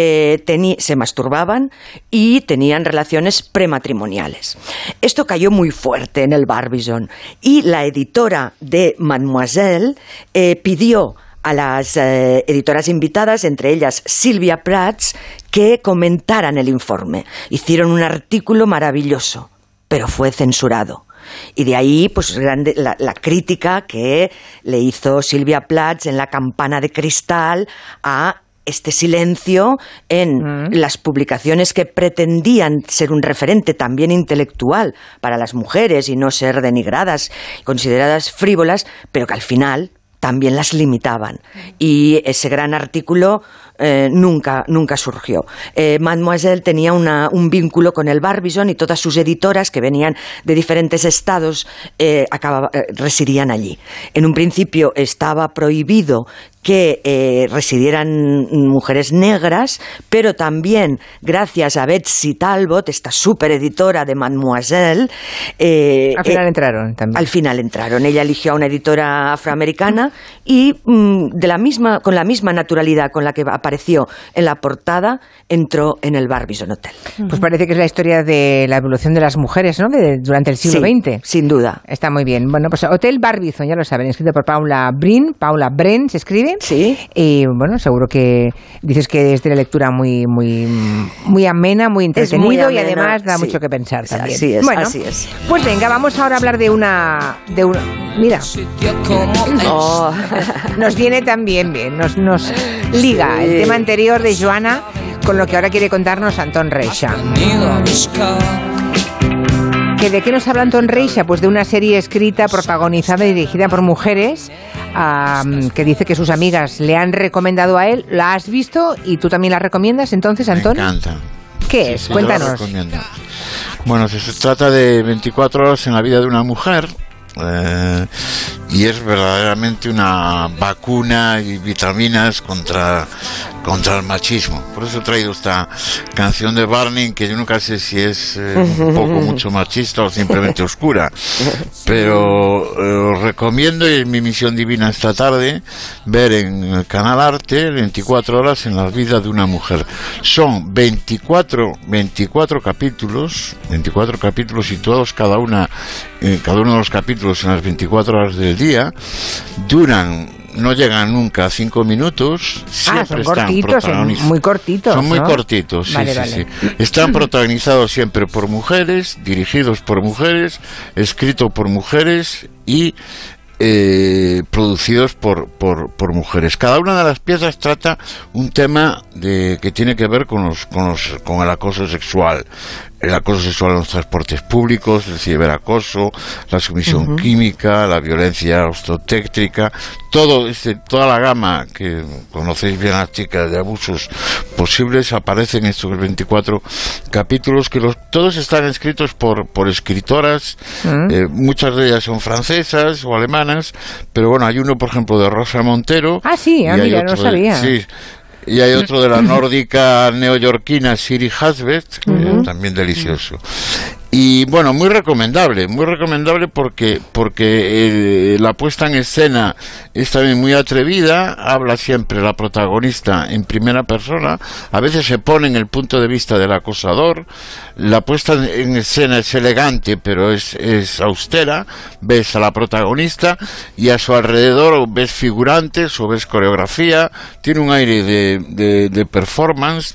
se masturbaban y tenían relaciones prematrimoniales. Esto cayó muy fuerte en el Barbizon, y la editora de Mademoiselle pidió a las editoras invitadas, entre ellas Sylvia Plath, que comentaran el informe. Hicieron un artículo maravilloso, pero fue censurado. Y de ahí, pues, la crítica que le hizo Sylvia Plath en La campana de cristal a este silencio en las publicaciones que pretendían ser un referente también intelectual para las mujeres y no ser denigradas, consideradas frívolas, pero que al final también las limitaban. Y ese gran artículo nunca surgió. Mademoiselle tenía un vínculo con el Barbizon, y todas sus editoras, que venían de diferentes estados, residían allí. En un principio estaba prohibido que residieran mujeres negras, pero también, gracias a Betsy Talbot, esta supereditora de Mademoiselle, al final entraron también. Al final entraron. Ella eligió a una editora afroamericana y con la misma naturalidad con la que apareció en la portada, entró en el Barbizon Hotel. Pues parece que es la historia de la evolución de las mujeres, ¿no? Durante el siglo XX. Sin duda. Está muy bien. Bueno, pues Hotel Barbizon, ya lo saben, escrito por Paula Bren, se escribe. Sí. Y bueno, seguro que dices que es de la lectura muy amena, muy entretenido, muy amena, y además da mucho que pensar también. Así es, bueno, así es. Pues venga, vamos ahora a hablar de una mira. Oh, nos viene también bien, nos liga el tema anterior de Joana con lo que ahora quiere contarnos Antón Reixa. ¿De qué nos habla Antón Reixa? Pues de una serie escrita, protagonizada y dirigida por mujeres, que dice que sus amigas le han recomendado a él. ¿La has visto y tú también la recomiendas entonces, Antón? Me encanta. ¿Qué es? Sí, Cuéntanos. Bueno, se trata de 24 horas en la vida de una mujer. Y es verdaderamente una vacuna y vitaminas contra el machismo. Por eso he traído esta canción de Barney, que yo nunca sé si es un poco mucho machista o simplemente oscura, pero os recomiendo, y es mi misión divina esta tarde, ver en el canal Arte 24 horas en la vida de una mujer. Son 24 capítulos y todos, cada uno de los capítulos en las 24 horas del día no llegan nunca a 5 minutos. Siempre son cortitos, muy cortitos. Son muy ¿no? cortitos, sí, vale, sí, vale. sí. Están protagonizados siempre por mujeres, dirigidos por mujeres, escritos por mujeres y producidos por mujeres. Cada una de las piezas trata un tema que tiene que ver con el acoso sexual. el acoso sexual en los transportes públicos, el ciberacoso, la sumisión química, la violencia obstétrica, toda la gama que conocéis bien a las chicas de abusos posibles aparece en estos 24 capítulos que todos están escritos por escritoras, muchas de ellas son francesas o alemanas, pero bueno, hay uno por ejemplo de Rosa Montero. Ah, sí, mira, no sabía. Sí. Y hay otro de la nórdica neoyorquina Siri Hasbeth, también delicioso. Y bueno, muy recomendable porque la puesta en escena es también muy atrevida, habla siempre la protagonista en primera persona, a veces se pone en el punto de vista del acosador, la puesta en escena es elegante pero es austera, ves a la protagonista y a su alrededor ves figurantes o ves coreografía, tiene un aire de performance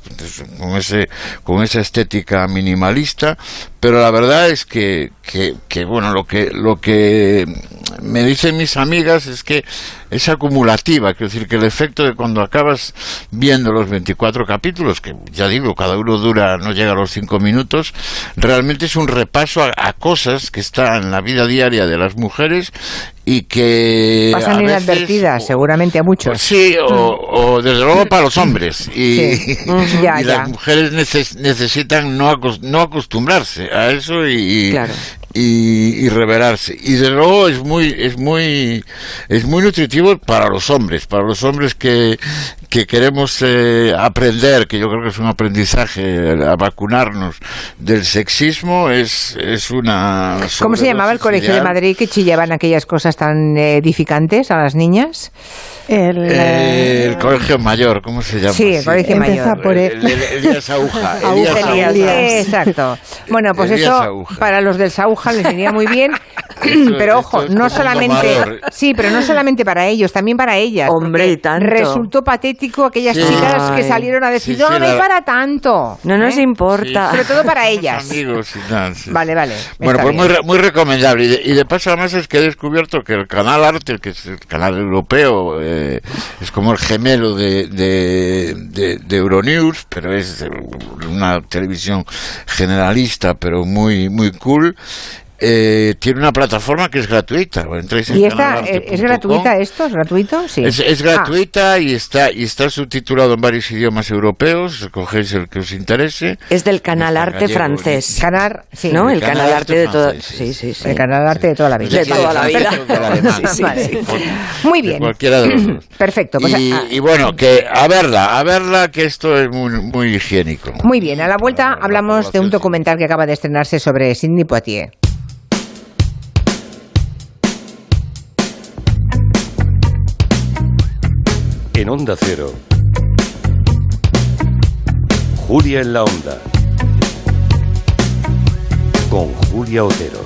con esa estética minimalista, pero la verdad es que bueno, lo que me dicen mis amigas es que es acumulativa, quiero decir que el efecto de cuando acabas viendo los 24 capítulos, que ya digo, cada uno no llega a los 5 minutos, realmente es un repaso a cosas que están en la vida diaria de las mujeres y que pasan inadvertidas seguramente a muchos. Sí, o desde luego para los hombres y las mujeres necesitan no acostumbrarse a eso y revelarse, y de luego es muy nutritivo para los hombres que queremos aprender, que yo creo que es un aprendizaje, a vacunarnos del sexismo. Es una... ¿Cómo se llamaba el colegio de Madrid que chillaban aquellas cosas tan edificantes a las niñas? El colegio mayor, ¿cómo se llama? Sí, el colegio mayor. Por Elías Aúja. Exacto. Bueno, pues Elías eso Aúja. Para los del Sauja les venía muy bien, pero ojo, no solamente para ellos, también para ellas. Hombre, y tanto. Resultó patético aquellas chicas que salieron a decir, no es para tanto. No nos importa. Sobre todo para ellas. Amigos y tal, sí. Vale. Bueno, pues muy recomendable. Y de paso, además, es que he descubierto que el canal Arte, que es el canal europeo, es como el gemelo de Euronews, pero es una televisión generalista, pero muy cool. Tiene una plataforma que es gratuita. ¿Y esta es gratuita esto? ¿Es gratuito? Sí. Es gratuita y está subtitulado en varios idiomas europeos. Escogéis el que os interese. Es del Canal Arte francés. ¿No? El Canal Arte de todo. Sí. El Canal Arte de toda la vida. De toda la vida. Muy bien. Cualquiera de los dos. Perfecto. Pues, y bueno, que a verla, que esto es muy higiénico. Muy bien. A la vuelta hablamos de un documental que acaba de estrenarse sobre Sidney Poitier. En Onda Cero, Julia en la Onda, con Julia Otero.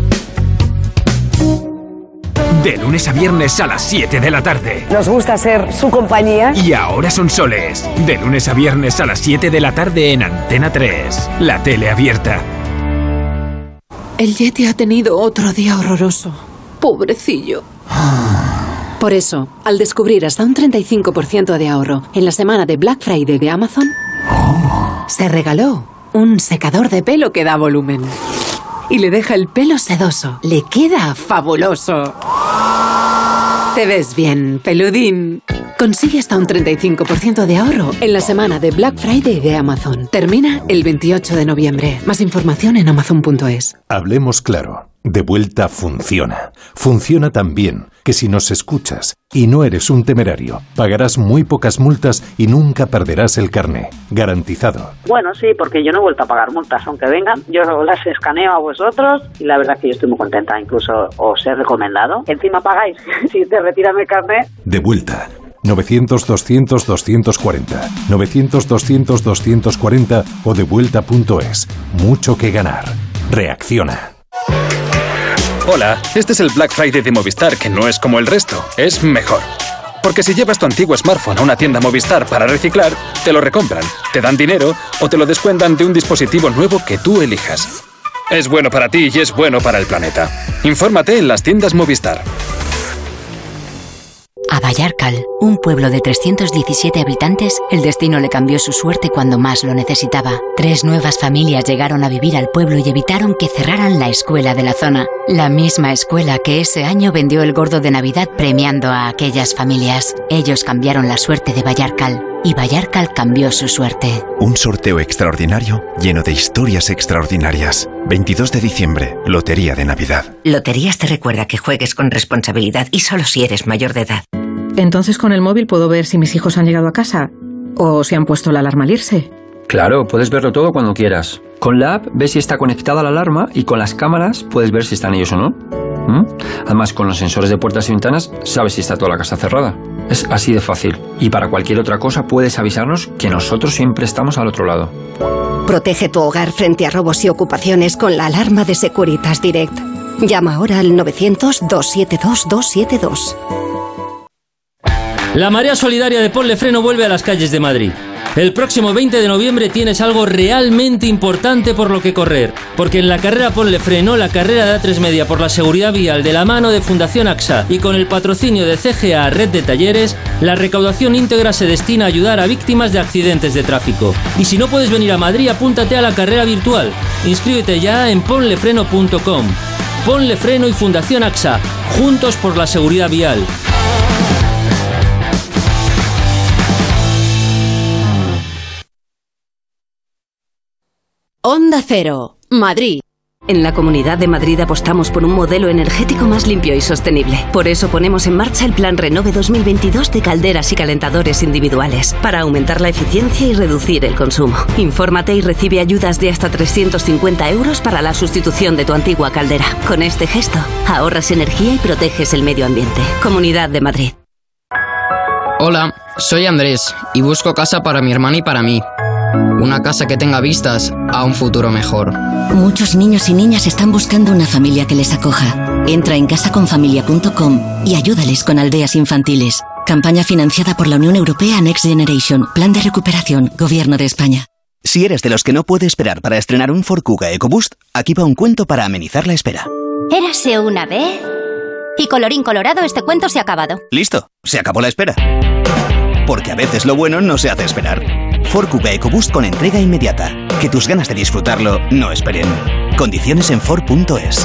De lunes a viernes a las 7 de la tarde. Nos gusta ser su compañía. Y ahora son soles. De lunes a viernes a las 7 de la tarde en Antena 3, la tele abierta. El Yeti ha tenido otro día horroroso. Pobrecillo. Por eso, al descubrir hasta un 35% de ahorro en la semana de Black Friday de Amazon, se regaló un secador de pelo que da volumen. Y le deja el pelo sedoso. Le queda fabuloso. Te ves bien, peludín. Consigue hasta un 35% de ahorro en la semana de Black Friday de Amazon. Termina el 28 de noviembre. Más información en amazon.es. Hablemos claro. De vuelta funciona. Funciona tan bien que si nos escuchas y no eres un temerario, pagarás muy pocas multas y nunca perderás el carné. Garantizado. Bueno, sí, porque yo no he vuelto a pagar multas, aunque vengan. Yo las escaneo a vosotros y la verdad es que yo estoy muy contenta. Incluso os he recomendado. Encima pagáis si te retiran el carné. De vuelta. 900-200-240. 900-200-240 o devuelta.es. Mucho que ganar. Reacciona. Hola, este es el Black Friday de Movistar, que no es como el resto, es mejor. Porque si llevas tu antiguo smartphone a una tienda Movistar para reciclar, te lo recompran, te dan dinero o te lo descuentan de un dispositivo nuevo que tú elijas. Es bueno para ti y es bueno para el planeta. Infórmate en las tiendas Movistar. A Vallarcal Un pueblo de 317 habitantes, el destino le cambió su suerte cuando más lo necesitaba. 3 nuevas familias llegaron a vivir al pueblo y evitaron que cerraran la escuela de la zona. La misma escuela que ese año vendió el gordo de Navidad premiando a aquellas familias. Ellos cambiaron la suerte de Vallarcal y Vallarcal cambió su suerte. Un sorteo extraordinario lleno de historias extraordinarias. 22 de diciembre, Lotería de Navidad. Loterías te recuerda que juegues con responsabilidad y solo si eres mayor de edad. Entonces con el móvil puedo ver si mis hijos han llegado a casa o si han puesto la alarma al irse. Claro, puedes verlo todo cuando quieras. Con la app ves si está conectada la alarma y con las cámaras puedes ver si están ellos o no. Además, con los sensores de puertas y ventanas sabes si está toda la casa cerrada. Es así de fácil. Y para cualquier otra cosa puedes avisarnos que nosotros siempre estamos al otro lado. Protege tu hogar frente a robos y ocupaciones con la alarma de Securitas Direct. Llama ahora al 900-272-272. La Marea Solidaria de Ponle Freno vuelve a las calles de Madrid. El próximo 20 de noviembre tienes algo realmente importante por lo que correr, porque en la carrera Ponle Freno, la carrera de A3 Media por la seguridad vial de la mano de Fundación AXA y con el patrocinio de CGA Red de Talleres, la recaudación íntegra se destina a ayudar a víctimas de accidentes de tráfico. Y si no puedes venir a Madrid, apúntate a la carrera virtual. Inscríbete ya en ponlefreno.com. Ponle Freno y Fundación AXA, juntos por la seguridad vial. Onda Cero, Madrid. En la Comunidad de Madrid apostamos por un modelo energético más limpio y sostenible. Por eso ponemos en marcha el Plan Renove 2022 de calderas y calentadores individuales, para aumentar la eficiencia y reducir el consumo. Infórmate y recibe ayudas de hasta 350 euros para la sustitución de tu antigua caldera. Con este gesto, ahorras energía y proteges el medio ambiente. Comunidad de Madrid. Hola, soy Andrés y busco casa para mi hermana y para mí. Una casa que tenga vistas a un futuro mejor. Muchos niños y niñas están buscando una familia que les acoja. Entra en casaconfamilia.com y ayúdales con aldeas infantiles. Campaña financiada por la Unión Europea Next Generation. Plan de recuperación. Gobierno de España. Si eres de los que no puede esperar para estrenar un Ford Kuga EcoBoost, aquí va un cuento para amenizar la espera. Érase una vez... Y colorín colorado, este cuento se ha acabado. Listo, se acabó la espera. Porque a veces lo bueno no se hace esperar. Ford Kuga EcoBoost con entrega inmediata. Que tus ganas de disfrutarlo no esperen. Condiciones en Ford.es.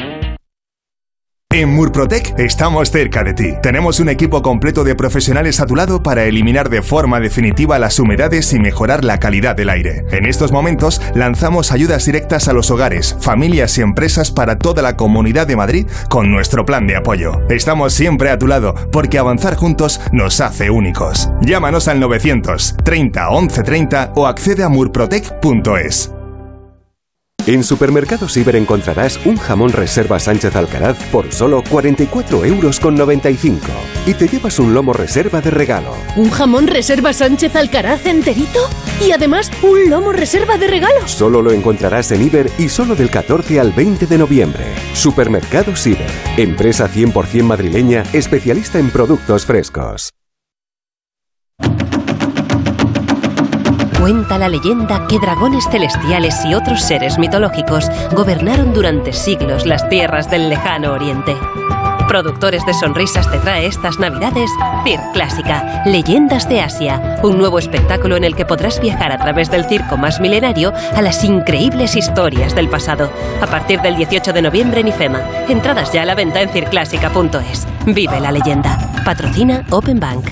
En Murprotec estamos cerca de ti. Tenemos un equipo completo de profesionales a tu lado para eliminar de forma definitiva las humedades y mejorar la calidad del aire. En estos momentos lanzamos ayudas directas a los hogares, familias y empresas para toda la Comunidad de Madrid con nuestro plan de apoyo. Estamos siempre a tu lado porque avanzar juntos nos hace únicos. Llámanos al 930 1130 o accede a murprotec.es. En Supermercados Iber encontrarás un jamón reserva Sánchez Alcaraz por solo 44,95 € y te llevas un lomo reserva de regalo. ¿Un jamón reserva Sánchez Alcaraz enterito? Y además, un lomo reserva de regalo. Solo lo encontrarás en Iber y solo del 14 al 20 de noviembre. Supermercados Iber, empresa 100% madrileña, especialista en productos frescos. Cuenta la leyenda que dragones celestiales y otros seres mitológicos gobernaron durante siglos las tierras del lejano oriente. Productores de Sonrisas te trae estas Navidades Circ Clásica, Leyendas de Asia, un nuevo espectáculo en el que podrás viajar a través del circo más milenario a las increíbles historias del pasado. A partir del 18 de noviembre en IFEMA. Entradas ya a la venta en circlásica.es. Vive la leyenda. Patrocina Open Bank.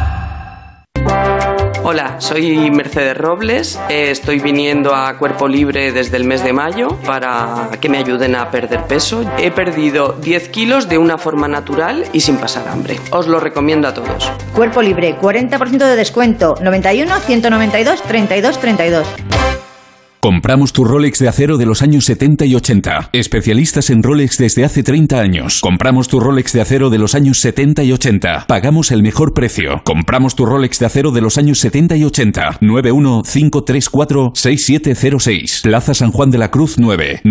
Hola, soy Mercedes Robles, estoy viniendo a Cuerpo Libre desde el mes de mayo para que me ayuden a perder peso. He perdido 10 kilos de una forma natural y sin pasar hambre. Os lo recomiendo a todos. Cuerpo Libre, 40% de descuento, 91 192 32 32. Compramos tu Rolex de acero de los años 70 y 80. Especialistas en Rolex desde hace 30 años. Compramos tu Rolex de acero de los años 70 y 80. Pagamos el mejor precio. Compramos tu Rolex de acero de los años 70 y 80. 915346706. Plaza San Juan de la Cruz 9.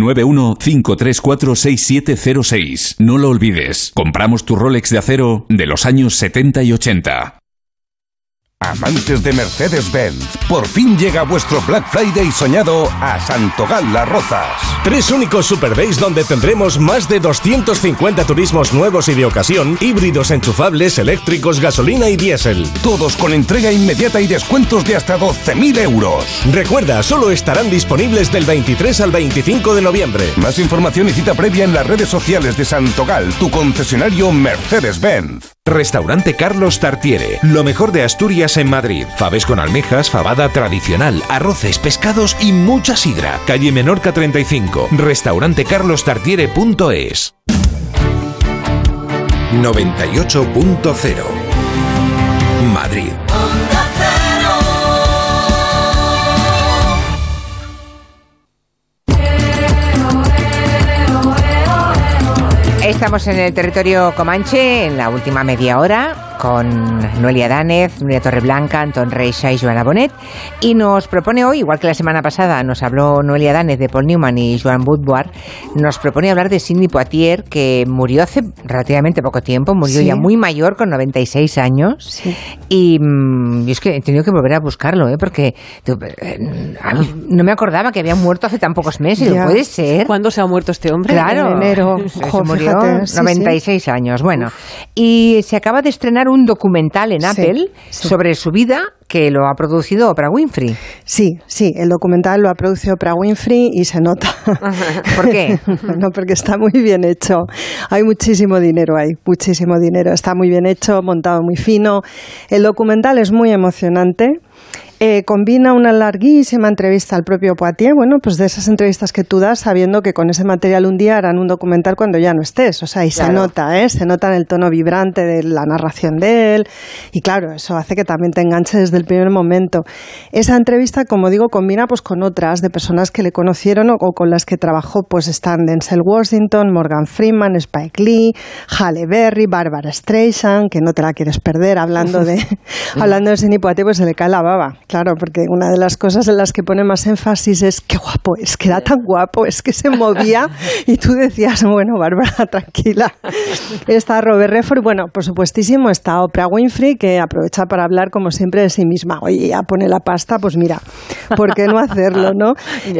915346706. No lo olvides. Compramos tu Rolex de acero de los años 70 y 80. Amantes de Mercedes-Benz, por fin llega vuestro Black Friday soñado a Santogal Las Rozas. 3 únicos Super Days donde tendremos más de 250 turismos nuevos y de ocasión, híbridos enchufables, eléctricos, gasolina y diésel. Todos con entrega inmediata y descuentos de hasta 12.000 euros. Recuerda, solo estarán disponibles del 23 al 25 de noviembre. Más información y cita previa en las redes sociales de Santogal, tu concesionario Mercedes-Benz. Restaurante Carlos Tartiere, lo mejor de Asturias en Madrid. Faves con almejas, fabada tradicional, arroces, pescados y mucha sidra. Calle Menorca 35, restaurantecarlostartiere.es. 98.0 Madrid. Estamos en el territorio comanche en la última media hora con Noelia Danez, Nuria Torreblanca, Antón Reixa y Joana Bonet, y nos propone hoy, igual que la semana pasada nos habló Noelia Danez de Paul Newman y Joan Woodward, nos propone hablar de Sidney Poitier, que murió hace relativamente poco tiempo, murió ya muy mayor, con 96 años, y es que he tenido que volver a buscarlo, porque no me acordaba que había muerto hace tan pocos meses. Ya. ¿Puede ser? ¿Cuándo se ha muerto este hombre? Claro, en enero. Se murió 96 años. Bueno, y se acaba de estrenar un documental en Apple sobre su vida, que lo ha producido Oprah Winfrey. Sí, el documental lo ha producido Oprah Winfrey y se nota. ¿Por qué? No, porque está muy bien hecho. Hay muchísimo dinero ahí, muchísimo dinero. Está muy bien hecho, montado muy fino. El documental es muy emocionante. Combina una larguísima entrevista al propio Poitier, pues de esas entrevistas que tú das sabiendo que con ese material un día harán un documental cuando ya no estés, y claro. Se nota en el tono vibrante de la narración de él, y claro, eso hace que también te enganche desde el primer momento. Esa entrevista, como digo, combina con otras de personas que le conocieron o con las que trabajó, están Denzel Washington, Morgan Freeman, Spike Lee, Halle Berry, Barbara Streisand, que no te la quieres perder, hablando de Sidney Poitier, se le cae la baba. Claro, porque una de las cosas en las que pone más énfasis es qué guapo es, que era tan guapo, es que se movía y tú decías, Bárbara, tranquila. Está Robert Redford, por supuestísimo está Oprah Winfrey, que aprovecha para hablar como siempre de sí misma. Oye, ya pone la pasta, mira, ¿por qué no hacerlo, no?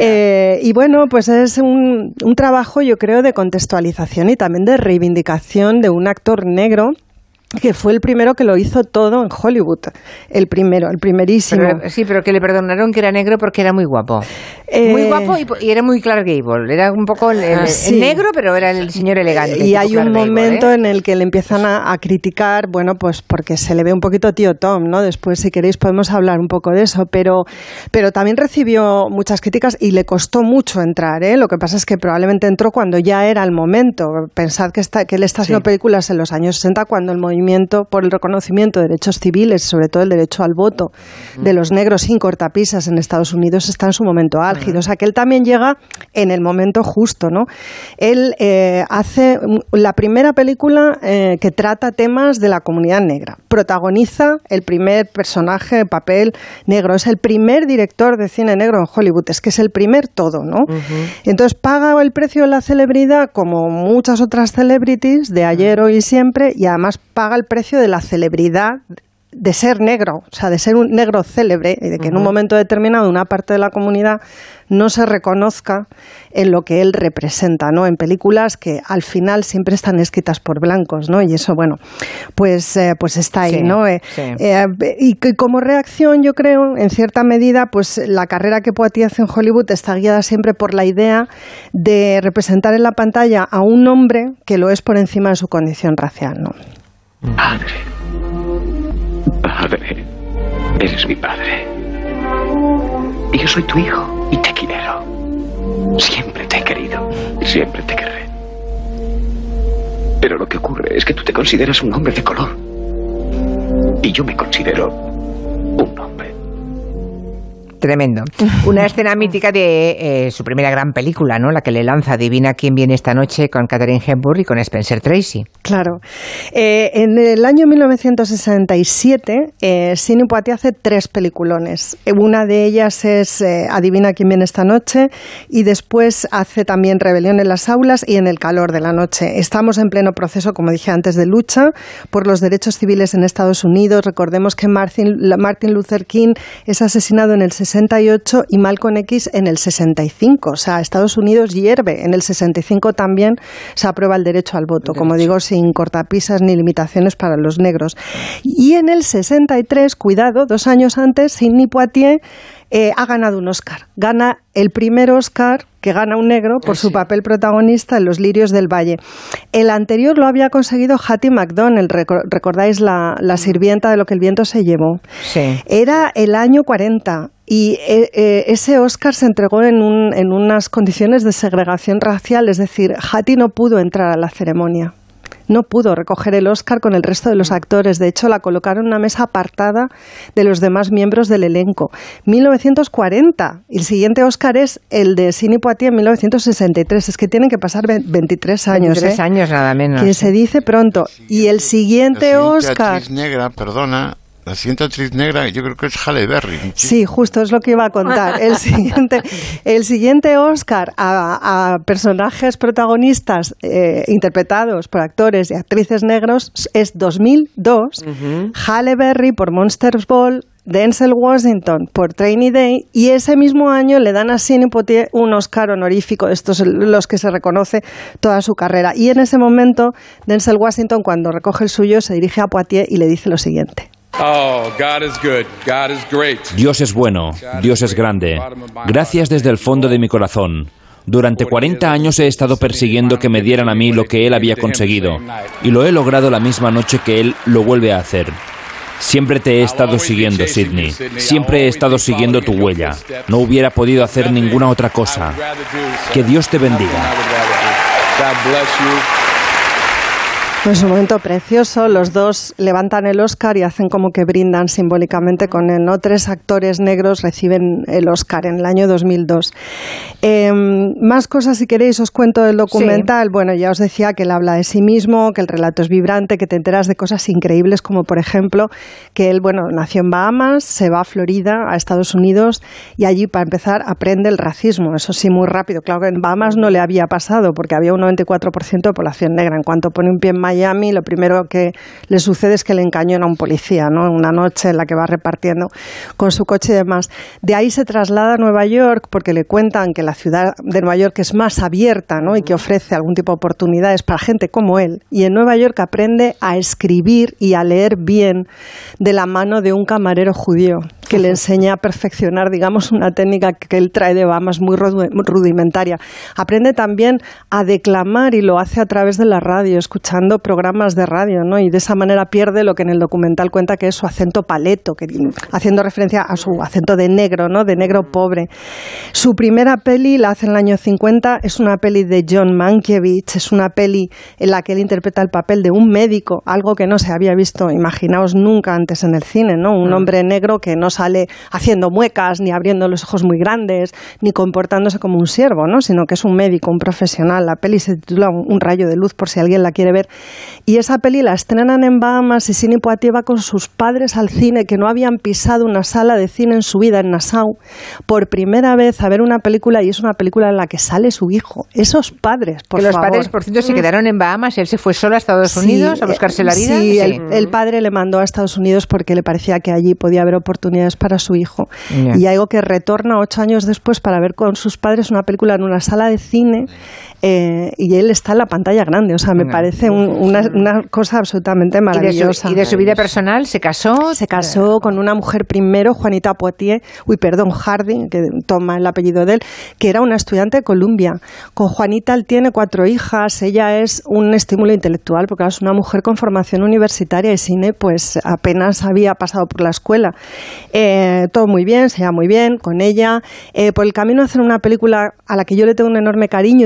Es un trabajo, yo creo, de contextualización y también de reivindicación de un actor negro que fue el primero que lo hizo todo en Hollywood, el primerísimo. Pero que le perdonaron que era negro porque era muy guapo. Muy guapo y era muy Clark Gable. Era un poco el negro, pero era el señor elegante. Y hay un momento en el que le empiezan a criticar, porque se le ve un poquito tío Tom, ¿no? Después, si queréis, podemos hablar un poco de eso, pero también recibió muchas críticas y le costó mucho entrar, ¿eh? Lo que pasa es que probablemente entró cuando ya era el momento. Pensad que él está haciendo películas en los años 60, cuando el movimiento por el reconocimiento de derechos civiles, sobre todo el derecho al voto de los negros sin cortapisas en Estados Unidos, está en su momento álgido. O sea, que él también llega en el momento justo, ¿no? Él hace la primera película que trata temas de la comunidad negra. Protagoniza el primer personaje, papel negro. Es el primer director de cine negro en Hollywood. Es que es el primer todo, ¿no? Entonces paga el precio de la celebridad como muchas otras celebrities de ayer, hoy y siempre, y además paga el precio de la celebridad de ser negro, de ser un negro célebre, y de que en un momento determinado una parte de la comunidad no se reconozca en lo que él representa, ¿no? En películas que al final siempre están escritas por blancos, ¿no? Y eso, pues está ahí, ¿no? Y como reacción, yo creo, en cierta medida, la carrera que Poitier hace en Hollywood está guiada siempre por la idea de representar en la pantalla a un hombre que lo es por encima de su condición racial, ¿no? Padre, eres mi padre. Y yo soy tu hijo y te quiero. Siempre te he querido, siempre te querré. Pero lo que ocurre es que tú te consideras un hombre de color. Y yo me considero un hombre. Tremendo. Una escena mítica de su primera gran película, ¿no? La que le lanza Adivina quién viene esta noche, con Katharine Hepburn y con Spencer Tracy. Claro. En el año 1967, Sidney Poitier hace 3 peliculones. Una de ellas es Adivina quién viene esta noche, y después hace también Rebelión en las aulas y En el calor de la noche. Estamos en pleno proceso, como dije antes, de lucha por los derechos civiles en Estados Unidos. Recordemos que Martin Luther King es asesinado en el 68 y Malcolm X en el 65. O sea, Estados Unidos hierve. En el 65 también se aprueba el derecho al voto, como digo, sin cortapisas ni limitaciones para los negros. Y en el 63, cuidado, 2 años antes, Sidney Poitier ha ganado un Oscar. Gana el primer Oscar que gana un negro por su papel protagonista en Los lirios del valle. El anterior lo había conseguido Hattie McDonald, ¿recordáis la sirvienta de Lo que el viento se llevó? Sí. Era el año 40 y ese Oscar se entregó en unas condiciones de segregación racial, es decir, Hattie no pudo entrar a la ceremonia. No pudo recoger el Oscar con el resto de los actores. De hecho, la colocaron en una mesa apartada de los demás miembros del elenco. 1940. Y el siguiente Oscar es el de Sidney Poitier en 1963. Es que tienen que pasar 23 años. 23 años, nada menos. Que se dice pronto. Y el siguiente Oscar... Actriz negra, perdona... La siguiente actriz negra yo creo que es Halle Berry. Sí, justo es lo que iba a contar. El siguiente Oscar a personajes protagonistas interpretados por actores y actrices negros es 2002. Halle Berry por Monsters Ball, Denzel Washington por Training Day, y ese mismo año le dan a Sidney Poitier un Oscar honorífico, estos los que se reconoce toda su carrera. Y en ese momento Denzel Washington, cuando recoge el suyo, se dirige a Poitier y le dice lo siguiente. Dios es bueno, Dios es grande. Gracias desde el fondo de mi corazón. Durante 40 años he estado persiguiendo que me dieran a mí lo que él había conseguido, y lo he logrado la misma noche que él lo vuelve a hacer. Siempre te he estado siguiendo, Sidney. Siempre he estado siguiendo tu huella. No hubiera podido hacer ninguna otra cosa. Que Dios te bendiga. Es un momento precioso, los dos levantan el Oscar y hacen como que brindan simbólicamente con él, ¿no? 3 actores negros reciben el Oscar en el año 2002. Más cosas, si queréis, os cuento del documental. Sí. Bueno, ya os decía que él habla de sí mismo, que el relato es vibrante, que te enteras de cosas increíbles, como por ejemplo que él, bueno, nació en Bahamas, se va a Florida, a Estados Unidos, y allí, para empezar, aprende el racismo. Eso sí, muy rápido. Claro que en Bahamas no le había pasado, porque había un 94% de población negra. En cuanto pone un pie en Miami, lo primero que le sucede es que le encañona a un policía, ¿no? Una noche en la que va repartiendo con su coche y demás. De ahí se traslada a Nueva York porque le cuentan que la ciudad de Nueva York es más abierta, ¿no? Y que ofrece algún tipo de oportunidades para gente como él. Y en Nueva York aprende a escribir y a leer bien de la mano de un camarero judío que le enseña a perfeccionar, digamos, una técnica que él trae de Bahamas muy rudimentaria. Aprende también a declamar y lo hace a través de la radio, escuchando programas de radio, ¿no? Y de esa manera pierde lo que en el documental cuenta que es su acento paleto, haciendo referencia a su acento de negro, ¿no? De negro pobre. Su primera peli la hace en el año 50, es una peli de John Mankiewicz, es una peli en la que él interpreta el papel de un médico, algo que no se había visto, imaginaos, nunca antes en el cine, ¿no? Un hombre negro que no sale haciendo muecas, ni abriendo los ojos muy grandes, ni comportándose como un siervo, ¿no? Sino que es un médico, un profesional. La peli se titula Un rayo de luz, por si alguien la quiere ver. Y esa peli la estrenan en Bahamas y Sidney Poitier va con sus padres al cine, que no habían pisado una sala de cine en su vida, en Nassau, por primera vez a ver una película, y es una película en la que sale su hijo. Esos padres, por favor. Los padres, por cierto, se quedaron en Bahamas y él se fue solo a Estados Unidos a buscarse la vida. Sí, el padre le mandó a Estados Unidos porque le parecía que allí podía haber oportunidades para su hijo. Y algo que retorna 8 años después para ver con sus padres una película en una sala de cine, y él está en la pantalla grande. O sea, me parece una cosa absolutamente maravillosa. ¿Y de su vida personal? ¿Se casó? Se casó con una mujer primero, Juanita Harding, que toma el apellido de él, que era una estudiante de Columbia. Con Juanita él tiene 4 hijas, ella es un estímulo intelectual, porque es una mujer con formación universitaria, y Sidney pues apenas había pasado por la escuela. Todo muy bien, se lleva muy bien con ella. Por el camino hacen una película a la que yo le tengo un enorme cariño y que ya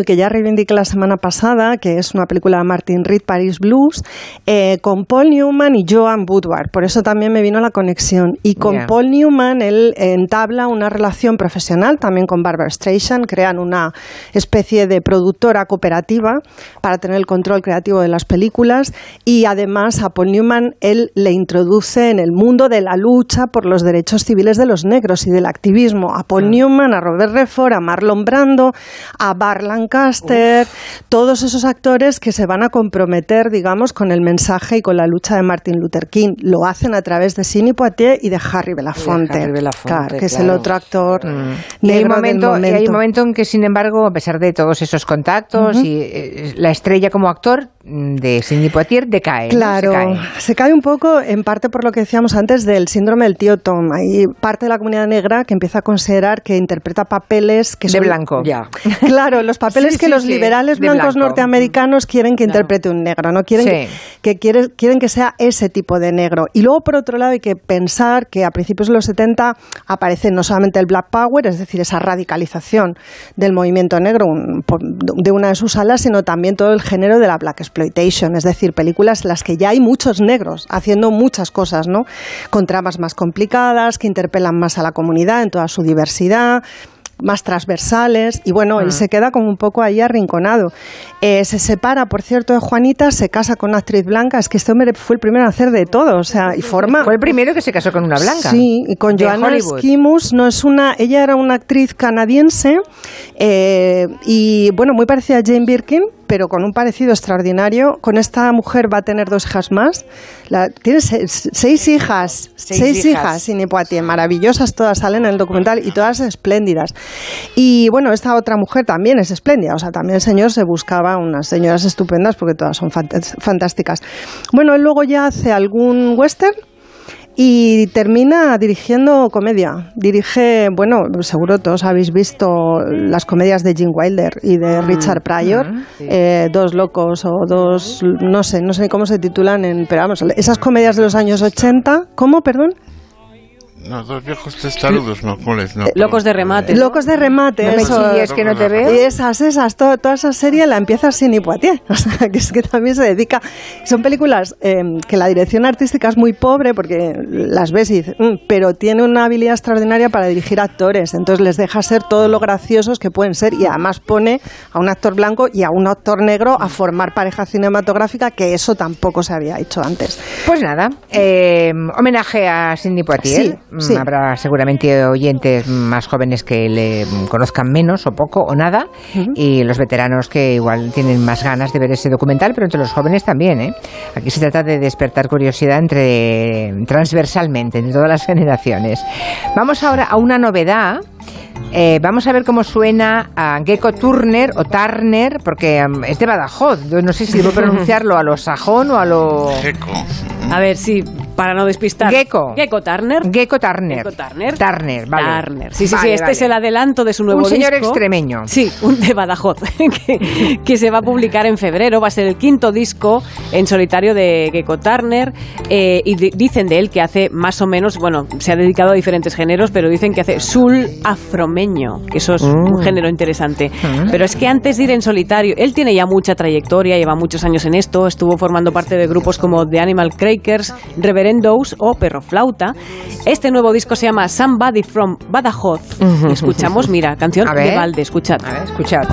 reivindiqué la semana pasada, que es una película de Martin Reed, Paris Blues, con Paul Newman y Joan Woodward. Por eso también me vino la conexión. Y con Paul Newman él entabla una relación profesional también con Barbra Streisand, crean una especie de productora cooperativa para tener el control creativo de las películas, y además a Paul Newman él le introduce en el mundo de la lucha por los derechos civiles de los negros y del activismo. A Paul Newman, a Robert Redford, a Marlon Brando, a Burt Lancaster, todos esos actores que se van a comprometer, digamos, con el mensaje y con la lucha de Martin Luther King. Lo hacen a través de Sidney Poitier y de Harry Belafonte, claro, que es el otro actor negro del momento. Y hay un momento en que, sin embargo, a pesar de todos esos contactos y la estrella como actor de Sidney Poitier decae. Claro, se cae un poco, en parte por lo que decíamos antes del síndrome del tío Tom. Hay parte de la comunidad negra que empieza a considerar que interpreta papeles que son de blanco. Claro, los papeles que los liberales blancos norteamericanos quieren que interprete un negro, no quieren quieren que sea ese tipo de negro. Y luego, por otro lado, hay que pensar que a principios de los 70 aparece no solamente el Black Power, es decir, esa radicalización del movimiento negro de una de sus alas, sino también todo el género de la Black Exploitation, es decir, películas en las que ya hay muchos negros haciendo muchas cosas, ¿no? Con tramas más complicadas, que interpelan más a la comunidad en toda su diversidad, más transversales, y bueno, él se queda como un poco ahí arrinconado. Se separa, por cierto, de Juanita, se casa con una actriz blanca. Es que este hombre fue el primero a hacer de todo, o sea, y forma... Fue el primero que se casó con una blanca. Sí, y con Joanna Skimus, ella era una actriz canadiense, y bueno, muy parecida a Jane Birkin, pero con un parecido extraordinario. Con esta mujer va a tener 2 hijas más. Tiene 6 hijas. 6 hijas, Sidney Poitier, maravillosas, todas salen en el documental y todas espléndidas. Y bueno, esta otra mujer también es espléndida, o sea, también el señor se buscaba unas señoras estupendas porque todas son fantásticas. Bueno, él luego ya hace algún western y termina dirigiendo comedia. Dirige, bueno, seguro todos habéis visto las comedias de Gene Wilder y de Richard Pryor, Dos locos o dos, no sé ni cómo se titulan, pero vamos, esas comedias de los años 80. ¿Cómo, perdón? No, Dos viejos testarudos, no, ¿cuáles? No, Locos de remate. Locos de remate, no eso. Me chilles que no te veo. Y toda esa serie la empieza Sidney Poitier, o sea, que es que también se dedica. Son películas que la dirección artística es muy pobre porque las ves y dices, pero tiene una habilidad extraordinaria para dirigir actores, entonces les deja ser todo lo graciosos que pueden ser, y además pone a un actor blanco y a un actor negro a formar pareja cinematográfica, que eso tampoco se había hecho antes. Pues nada, homenaje a Sidney Poitier. Sí. Habrá seguramente oyentes más jóvenes que le conozcan menos o poco o nada, y los veteranos que igual tienen más ganas de ver ese documental, pero entre los jóvenes también, ¿eh? Aquí se trata de despertar curiosidad transversalmente, entre todas las generaciones. Vamos ahora a una novedad. Vamos a ver cómo suena a Gecko Turner o Turner, porque es de Badajoz. No sé si debo pronunciarlo a lo sajón o a lo... Gecko. A ver, sí, para no despistar. Gecko Turner. Gecko Turner. Turner, vale. Turner. Sí, este es el adelanto de su nuevo disco. Un señor extremeño. Sí, un de Badajoz, que se va a publicar en febrero. Va a ser el 5º disco en solitario de Gecko Turner. Y dicen de él que hace más o menos, bueno, se ha dedicado a diferentes géneros, pero dicen que hace soul afromeño, que eso es un género interesante. Pero es que antes de ir en solitario, él tiene ya mucha trayectoria, lleva muchos años en esto, estuvo formando parte de grupos como The Animal Crackers, Reverendos o Perro Flauta. Este nuevo disco se llama Somebody from Badajoz. Y escuchamos, mira, canción de Valde, escuchad. A ver, escuchad.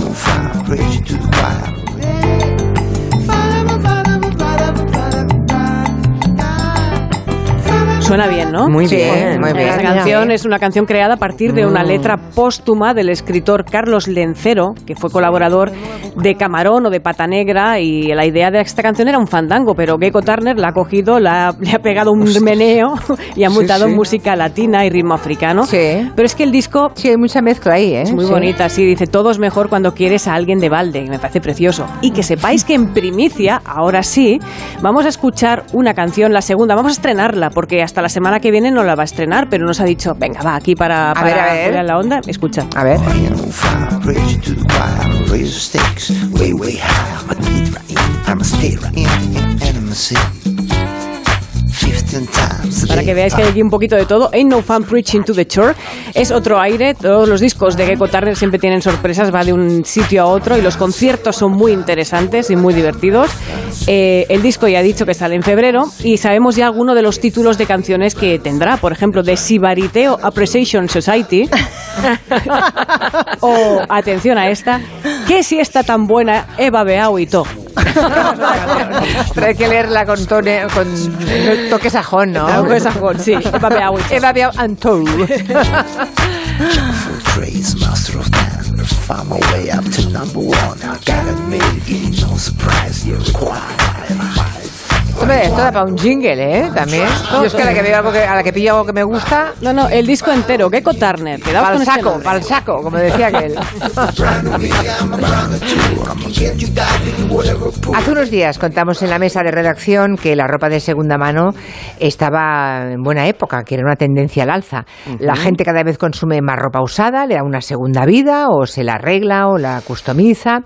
Suena bien, ¿no? Muy bien, muy bien. Esta canción es una canción creada a partir de una letra póstuma del escritor Carlos Lencero, que fue colaborador de Camarón o de Pata Negra, y la idea de esta canción era un fandango, pero Gecko Turner la ha cogido, le ha pegado un meneo y ha mutado en música latina y ritmo africano. Sí. Pero es que el disco... Sí, hay mucha mezcla ahí, ¿eh? Es muy bonita, sí, dice, todo es mejor cuando quieres a alguien de balde, me parece precioso. Y que sepáis que en primicia, ahora sí, vamos a escuchar una canción, la segunda, vamos a estrenarla, porque hasta la semana que viene no la va a estrenar, pero nos ha dicho, venga, va, aquí para poner la onda. Escucha. A ver. Para que veáis que hay aquí un poquito de todo. Ain't No Fun Preaching to the Church es otro aire. Todos los discos de Gecko Turner siempre tienen sorpresas, va de un sitio a otro y los conciertos son muy interesantes y muy divertidos. El disco ya he dicho que sale en febrero y sabemos ya algunos de los títulos de canciones que tendrá. Por ejemplo, de Sibariteo Appreciation Society o, atención a esta, ¿qué si está tan buena Eva Beau y To? Pero hay que leerla con toque sajón, ¿no? Toque sajón, sí. Eva Beau y To. Eva Beau and To. Hombre, esto da para un jingle, ¿eh? También. Yo es que a la que pillo algo que me gusta... No, el disco entero, Gecko Turner. Para el saco, como decía aquel. Hace unos días contamos en la mesa de redacción que la ropa de segunda mano estaba en buena época, que era una tendencia al alza. La gente cada vez consume más ropa usada, le da una segunda vida, o se la arregla, o la customiza.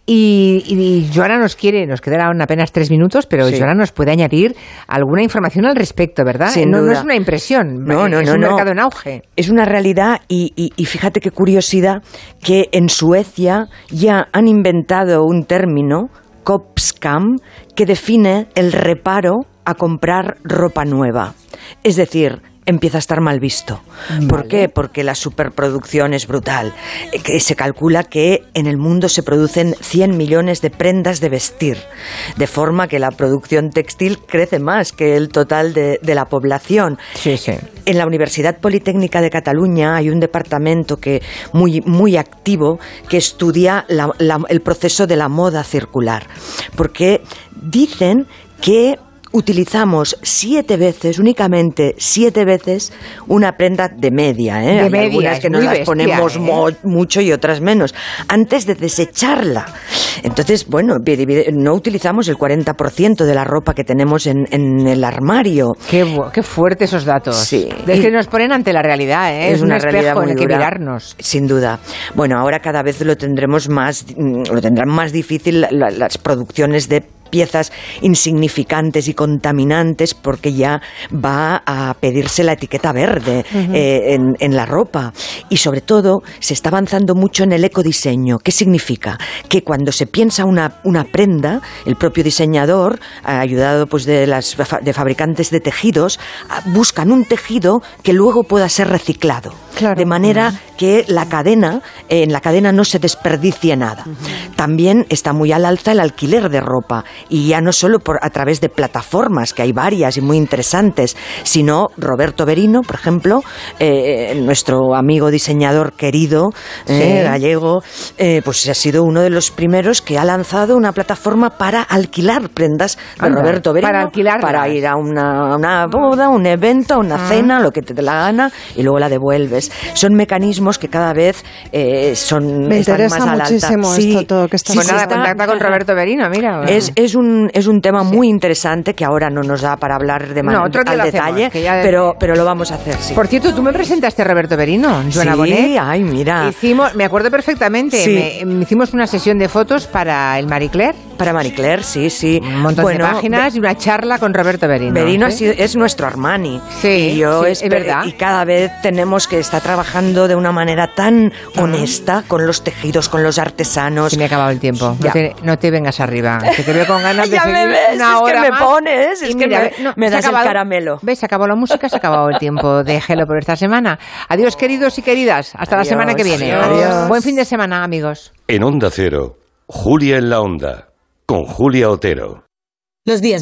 Y Joana nos quedarán apenas 3 minutos, pero sí. Joana nos puede añadir alguna información al respecto, ¿verdad? No es una impresión, es un mercado en auge. Es una realidad y fíjate qué curiosidad que en Suecia ya han inventado un término, Kopskam, que define el reparo a comprar ropa nueva. Es decir, empieza a estar mal visto. Vale. ¿Por qué? Porque la superproducción es brutal. Se calcula que en el mundo se producen 100 millones de prendas de vestir, de forma que la producción textil crece más que el total de la población. Sí, sí. En la Universidad Politécnica de Cataluña hay un departamento muy activo que estudia el proceso de la moda circular, porque dicen que utilizamos 7 veces, únicamente 7 veces, una prenda de media, ¿eh? De media, algunas que nos las ponemos mucho y otras menos, antes de desecharla. Entonces, bueno, no utilizamos el 40% de la ropa que tenemos en el armario. Qué fuerte esos datos. Sí. Es que nos ponen ante la realidad, ¿eh? Es una realidad muy en el que dura, mirarnos. Sin duda. Bueno, ahora cada vez lo tendrán más difícil las producciones de piezas insignificantes y contaminantes, porque ya va a pedirse la etiqueta verde en la ropa. Y sobre todo se está avanzando mucho en el ecodiseño. ¿Qué significa? Que cuando se piensa una prenda, el propio diseñador, ayudado pues de fabricantes de tejidos, buscan un tejido que luego pueda ser reciclado. Claro. De manera que en la cadena no se desperdicie nada. También está muy al alza el alquiler de ropa, y ya no solo a través de plataformas, que hay varias y muy interesantes, sino Roberto Berino, por ejemplo, nuestro amigo diseñador querido, gallego, pues ha sido uno de los primeros que ha lanzado una plataforma para alquilar prendas de Roberto Berino, para ir a una boda, un evento, una cena, lo que te dé la gana, y luego la devuelves. Son mecanismos que cada vez están más al alta. Me interesa muchísimo esto todo que estás diciendo. Contacta con Roberto Berino, mira. Es un tema muy interesante que ahora no nos da para hablar de al detalle, pero lo vamos a hacer, sí. Por cierto, tú me presentaste a Roberto Berino, Joana Bonet. Sí, ay, mira. Me acuerdo perfectamente, sí. Hicimos una sesión de fotos para el Marie Claire. Para Marie Claire, sí. Un montón de páginas y una charla con Roberto Berino. Berino es nuestro Armani. Sí, es verdad. Y cada vez tenemos que estar trabajando de una manera tan honesta con los tejidos, con los artesanos. Se me ha acabado el tiempo. No te vengas arriba, que te veo con ganas de seguir una hora es que me más. pones, es que me das el caramelo. ¿Ves? Se acabó la música, se ha acabado el tiempo de Hello por esta semana. Adiós, queridos y queridas. Hasta la semana que viene. Adiós. Buen fin de semana, amigos. En Onda Cero, Julia en la Onda, con Julia Otero. Los días